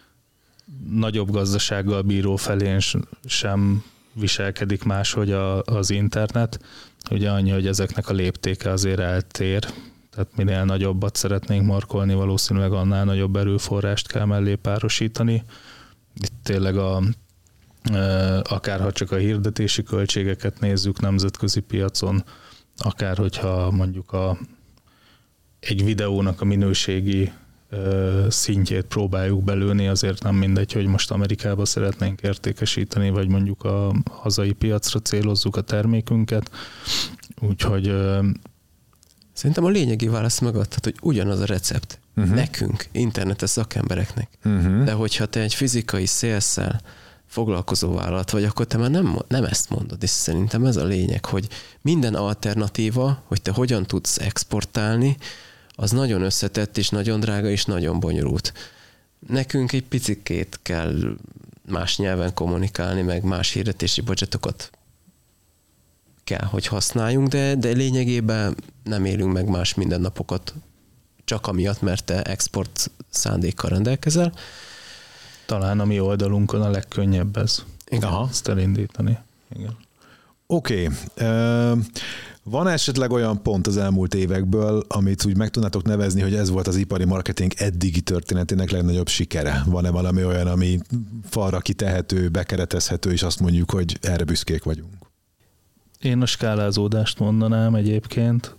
nagyobb gazdasággal bíró felén sem viselkedik máshogy a, az internet. Ugye annyi, hogy ezeknek a léptéke azért eltér. Tehát minél nagyobbat szeretnénk markolni, valószínűleg annál nagyobb erőforrást kell mellé párosítani. Itt tényleg a, e, akárha csak a hirdetési költségeket nézzük nemzetközi piacon, akár hogyha mondjuk a, egy videónak a minőségi szintjét próbáljuk belőni, azért nem mindegy, hogy most Amerikába szeretnénk értékesíteni, vagy mondjuk a hazai piacra célozzuk a termékünket. Úgyhogy
szerintem a lényegi válasz megadhat, hogy ugyanaz a recept. Uh-huh. Nekünk, internetes szakembereknek. Uh-huh. De hogyha te egy fizikai szélsszel foglalkozó vállalat vagy, akkor te már nem, nem ezt mondod, és szerintem ez a lényeg, hogy minden alternatíva, hogy te hogyan tudsz exportálni, az nagyon összetett, és nagyon drága, és nagyon bonyolult. Nekünk egy picikét kell más nyelven kommunikálni, meg más hirdetési budgetokat kell, hogy használjunk, de, de lényegében nem élünk meg más mindennapokat, csak amiatt, mert te export szándékkal rendelkezel.
Talán a mi oldalunkon a legkönnyebb ez.
Igen.
Aha. Ezt elindítani. Igen.
Oké. Okay. Uh, van esetleg olyan pont az elmúlt évekből, amit úgy meg tudnátok nevezni, hogy ez volt az ipari marketing eddigi történetének legnagyobb sikere? Van-e valami olyan, ami falra kitehető, bekeretezhető, és azt mondjuk, hogy erre büszkék vagyunk?
Én a skálázódást mondanám egyébként.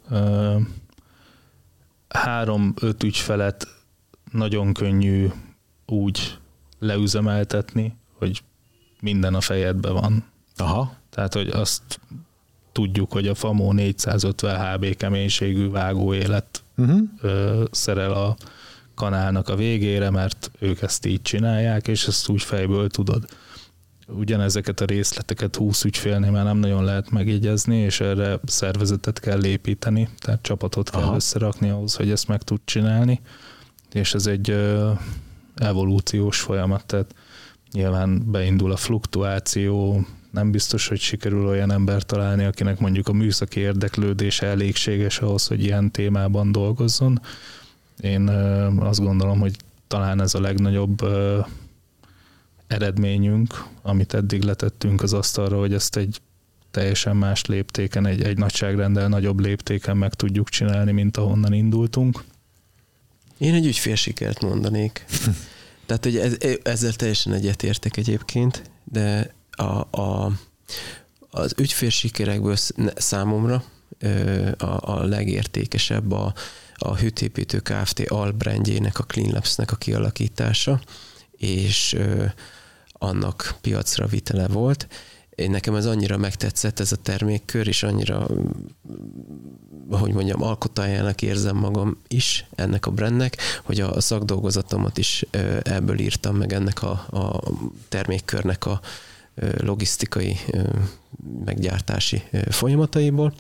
Három-öt ügyfelet nagyon könnyű úgy leüzemeltetni, hogy minden a fejedben van.
Aha.
Tehát, hogy azt tudjuk, hogy a FAMO négyszázötven há bé keménységű vágóélet uh-huh. ö, szerel a kanálnak a végére, mert ők ezt így csinálják, és ezt úgy fejből tudod. Ugyanezeket a részleteket húsz ügyfélnél már nem nagyon lehet megjegyezni, és erre szervezetet kell építeni, tehát csapatot kell Aha. összerakni ahhoz, hogy ezt meg tud csinálni, és ez egy ö, evolúciós folyamat, tehát nyilván beindul a fluktuáció, nem biztos, hogy sikerül olyan embert találni, akinek mondjuk a műszaki érdeklődése elégséges ahhoz, hogy ilyen témában dolgozzon. Én ö, azt gondolom, hogy talán ez a legnagyobb ö, eredményünk, amit eddig letettünk az asztalra, hogy ezt egy teljesen más léptéken, egy, egy nagyságrendel nagyobb léptéken meg tudjuk csinálni, mint ahonnan indultunk.
Én egy ügyfélsikert mondanék. Tehát, hogy ez, ezzel teljesen egyetértek egyébként, de a, a, az ügyfélsikerekből számomra a, a legértékesebb a, a Hűtépítő Kft. Albrandjének, a Clean Labs-nek a kialakítása, és annak piacra vitele volt. Én nekem ez annyira megtetszett ez a termékkör, és annyira, hogy mondjam, alkotájának érzem magam is ennek a brandnek, hogy a szakdolgozatomat is ebből írtam meg ennek a, a termékkörnek a logisztikai meggyártási folyamataiból.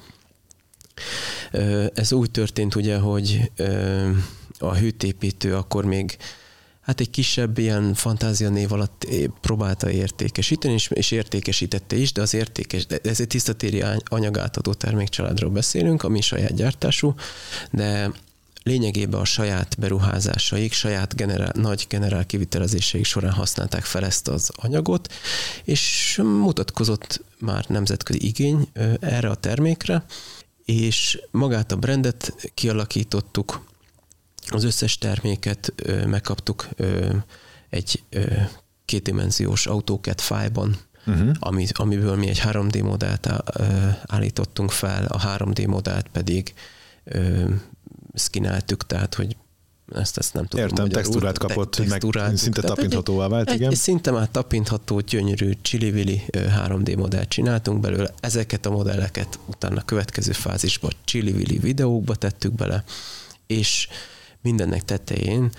Ez úgy történt ugye, hogy a hűtépítő akkor még hát egy kisebb ilyen fantázia név alatt próbálta értékesíteni, és, és értékesítette is, de az értékes, ez egy tisztatéri anyagátadó termékcsaládról beszélünk, ami saját gyártású, de lényegében a saját beruházásaik, saját generál, nagy generál kivitelezéseik során használták fel ezt az anyagot, és mutatkozott már nemzetközi igény erre a termékre, és magát a brandet kialakítottuk, az összes terméket ö, megkaptuk ö, egy ö, kétdimenziós AutoCAD fájlban, uh-huh. ami, amiből mi egy három dé modellt á, ö, állítottunk fel, a három dé modellt pedig ö, szkináltuk, tehát hogy ezt, ezt nem tudom.
Értem, magyarul, textúrát kapott, textúrát, meg szinte tapinthatóvá vált,
egy,
igen.
Egy szinte már tapintható, gyönyörű csili-vili három dé modellt csináltunk belőle. Ezeket a modelleket utána a következő fázisban csili-vili videókba tettük bele, és mindennek tetején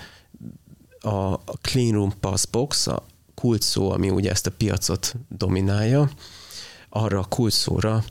a Clean Room Pass Box, a kult szó, ami ugye ezt a piacot dominálja, arra a kult szóra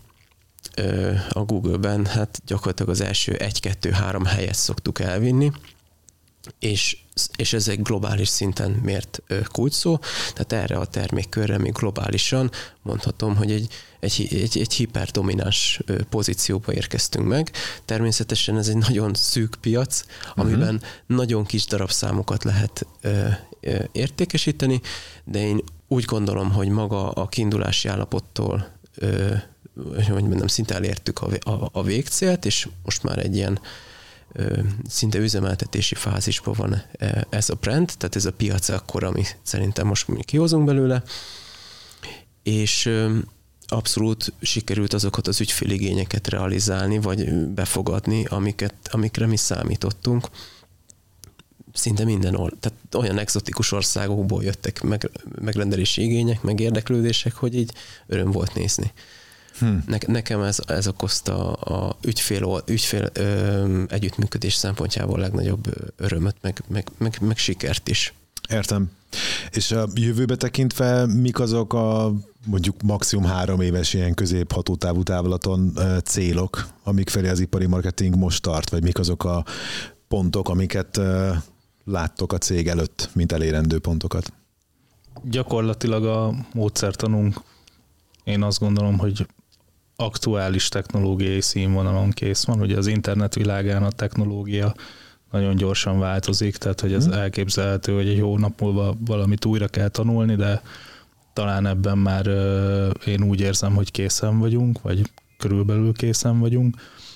a Google-ben hát gyakorlatilag az első egy-kettő-három helyet szoktuk elvinni, és, és ez egy globális szinten mért kult szó, tehát erre a termékkörre még globálisan mondhatom, hogy egy, egy, egy, egy hiperdomináns pozícióba érkeztünk meg. Természetesen ez egy nagyon szűk piac, amiben uh-huh. nagyon kis darabszámokat lehet ö, ö, értékesíteni, de én úgy gondolom, hogy maga a kiindulási állapottól ö, hogy mondjam, szinte elértük a, a, a végcélt, és most már egy ilyen szinte üzemeltetési fázisban van ez a brand, tehát ez a piac akkor, ami szerintem most mi kihozunk belőle, és abszolút sikerült azokat az ügyféligényeket realizálni, vagy befogadni, amiket, amikre mi számítottunk. Szinte minden or, tehát olyan exotikus országokból jöttek meg, megrendelési igények, meg érdeklődések, hogy így öröm volt nézni. Hmm. Ne, nekem ez, ez okozta a ügyfél, ügyfél ö, együttműködés szempontjából a legnagyobb örömöt, meg, meg, meg, meg sikert is.
Értem. És a jövőbe tekintve mik azok a mondjuk maximum három éves ilyen közép hatótávú távlaton célok, amik felé az ipari marketing most tart, vagy mik azok a pontok, amiket láttok a cég előtt, mint elérendő pontokat?
Gyakorlatilag a módszertanunk, én azt gondolom, hogy aktuális technológiai színvonalon kész van. Ugye az internet világán a technológia nagyon gyorsan változik, tehát hogy ez hmm. elképzelhető, hogy egy hónap múlva valamit újra kell tanulni, de talán ebben már én úgy érzem, hogy készen vagyunk, vagy körülbelül készen vagyunk.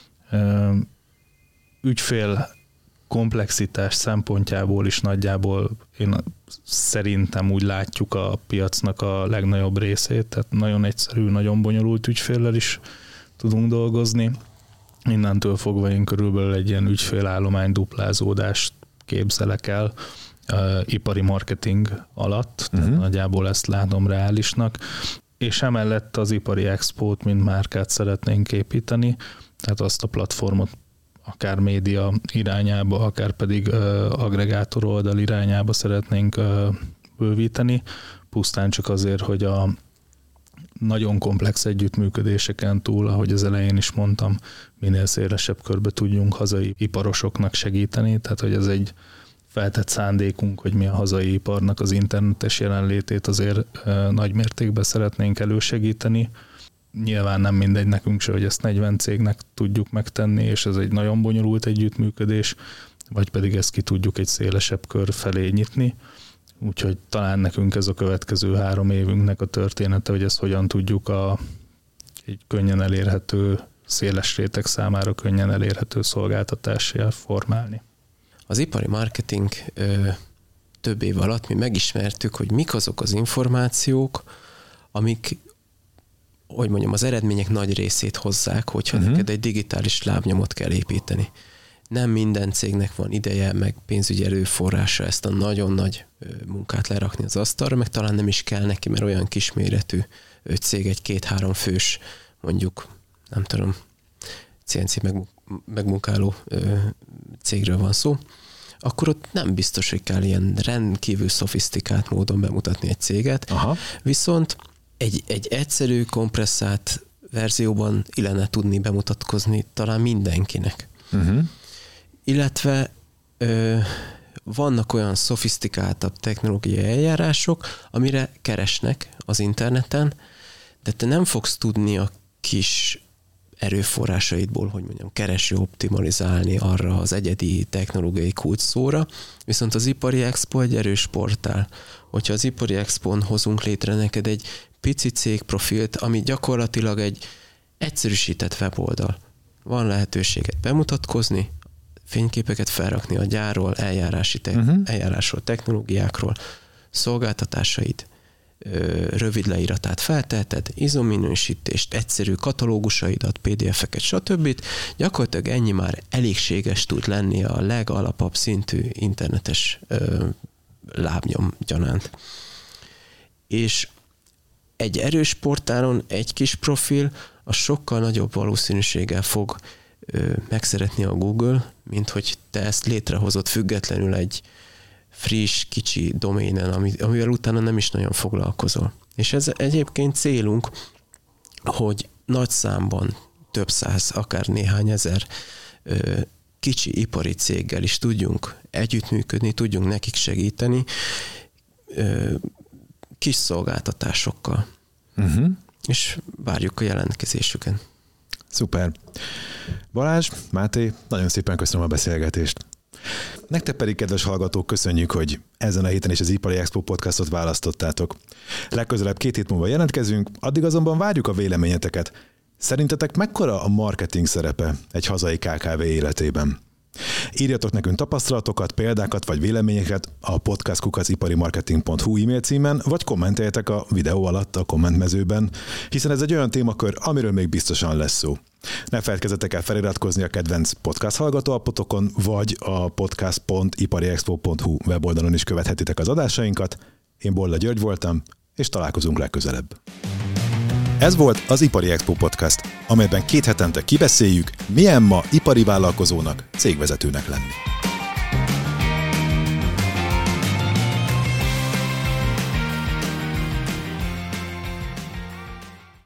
Ügyfél komplexitás szempontjából is nagyjából én szerintem úgy látjuk a piacnak a legnagyobb részét, tehát nagyon egyszerű, nagyon bonyolult ügyféllel is tudunk dolgozni. Innentől fogva én körülbelül egy ilyen ügyfélállomány duplázódást képzelek el uh, ipari marketing alatt, uh-huh. tehát nagyjából ezt látom reálisnak, és emellett az ipari expót, mint márkát szeretnénk építeni, tehát azt a platformot akár média irányába, akár pedig uh, agregátor oldal irányába szeretnénk uh, bővíteni, pusztán csak azért, hogy a nagyon komplex együttműködéseken túl, ahogy az elején is mondtam, minél szélesebb körbe tudjunk hazai iparosoknak segíteni, tehát hogy ez egy feltett szándékunk, hogy mi a hazai iparnak az internetes jelenlétét azért uh, nagy mértékben szeretnénk elősegíteni. Nyilván nem mindegy nekünk se, hogy ezt negyven cégnek tudjuk megtenni, és ez egy nagyon bonyolult együttműködés, vagy pedig ezt ki tudjuk egy szélesebb kör felé nyitni. Úgyhogy talán nekünk ez a következő három évünknek a története, hogy ezt hogyan tudjuk a, egy könnyen elérhető, széles réteg számára könnyen elérhető szolgáltatással formálni.
Az ipari marketing ö, több év alatt mi megismertük, hogy mik azok az információk, amik, hogy mondjam, az eredmények nagy részét hozzák, hogyha uh-huh. neked egy digitális lábnyomot kell építeni. nem minden cégnek van ideje, meg pénzügyi erőforrása ezt a nagyon nagy munkát lerakni az asztalra, meg talán nem is kell neki, mert olyan kisméretű cég, egy két-három fős, mondjuk, nem tudom, cé en cé megmunkáló cégről van szó, akkor ott nem biztos, hogy kell ilyen rendkívül szofisztikált módon bemutatni egy céget. Aha. Viszont egy, egy egyszerű, kompresszált verzióban illene tudni bemutatkozni talán mindenkinek. Uh-huh. Illetve ö, vannak olyan szofisztikáltabb technológiai eljárások, amire keresnek az interneten, de te nem fogsz tudni a kis erőforrásaidból, hogy mondjam, kereső optimalizálni arra az egyedi technológiai kulcsszóra, viszont az Ipari Expo egy erős portál. Hogyha az Ipari Expón hozunk létre neked egy pici cégprofilt, ami gyakorlatilag egy egyszerűsített weboldal. Van lehetőséget bemutatkozni, fényképeket felrakni a gyárról, eljárási te- uh-huh. eljárásról, technológiákról, szolgáltatásaid, rövid leíratát feltelted, izominősítést, egyszerű katalógusaidat, pé dé ef-eket, stb. Gyakorlatilag ennyi már elégséges tud lenni a legalapabb szintű internetes ö, lábnyom gyanánt. És egy erős portálon egy kis profil a sokkal nagyobb valószínűséggel fog ö, megszeretni a Google, mint hogy te ezt létrehozott függetlenül egy friss, kicsi doménen, amivel utána nem is nagyon foglalkozol. És ez egyébként célunk, hogy nagy számban, több száz, akár néhány ezer ö, kicsi ipari céggel is tudjunk együttműködni, tudjunk nekik segíteni ö, kis szolgáltatásokkal. Uh-huh. És várjuk a jelentkezésüket.
Szuper. Balázs, Máté, nagyon szépen köszönöm a beszélgetést. Nektek pedig, kedves hallgatók, köszönjük, hogy ezen a héten is az Ipari Expo podcastot választottátok. Legközelebb két hét múlva jelentkezünk, addig azonban várjuk a véleményeteket. Szerintetek mekkora a marketing szerepe egy hazai ká ká vé életében? Írjatok nekünk tapasztalatokat, példákat vagy véleményeket a podcast kukac iparimarketing pont hu e-mail címen, vagy kommenteljetek a videó alatt a kommentmezőben, hiszen ez egy olyan témakör, amiről még biztosan lesz szó. Ne feledkezzetek el feliratkozni a kedvenc podcast hallgatóapotokon, vagy a podcast pont ipariexpo pont hu weboldalon is követhetitek az adásainkat. Én Bolla György voltam, és találkozunk legközelebb. Ez volt az Ipari Expo Podcast, amelyben két hetente kibeszéljük, milyen ma ipari vállalkozónak, cégvezetőnek lenni.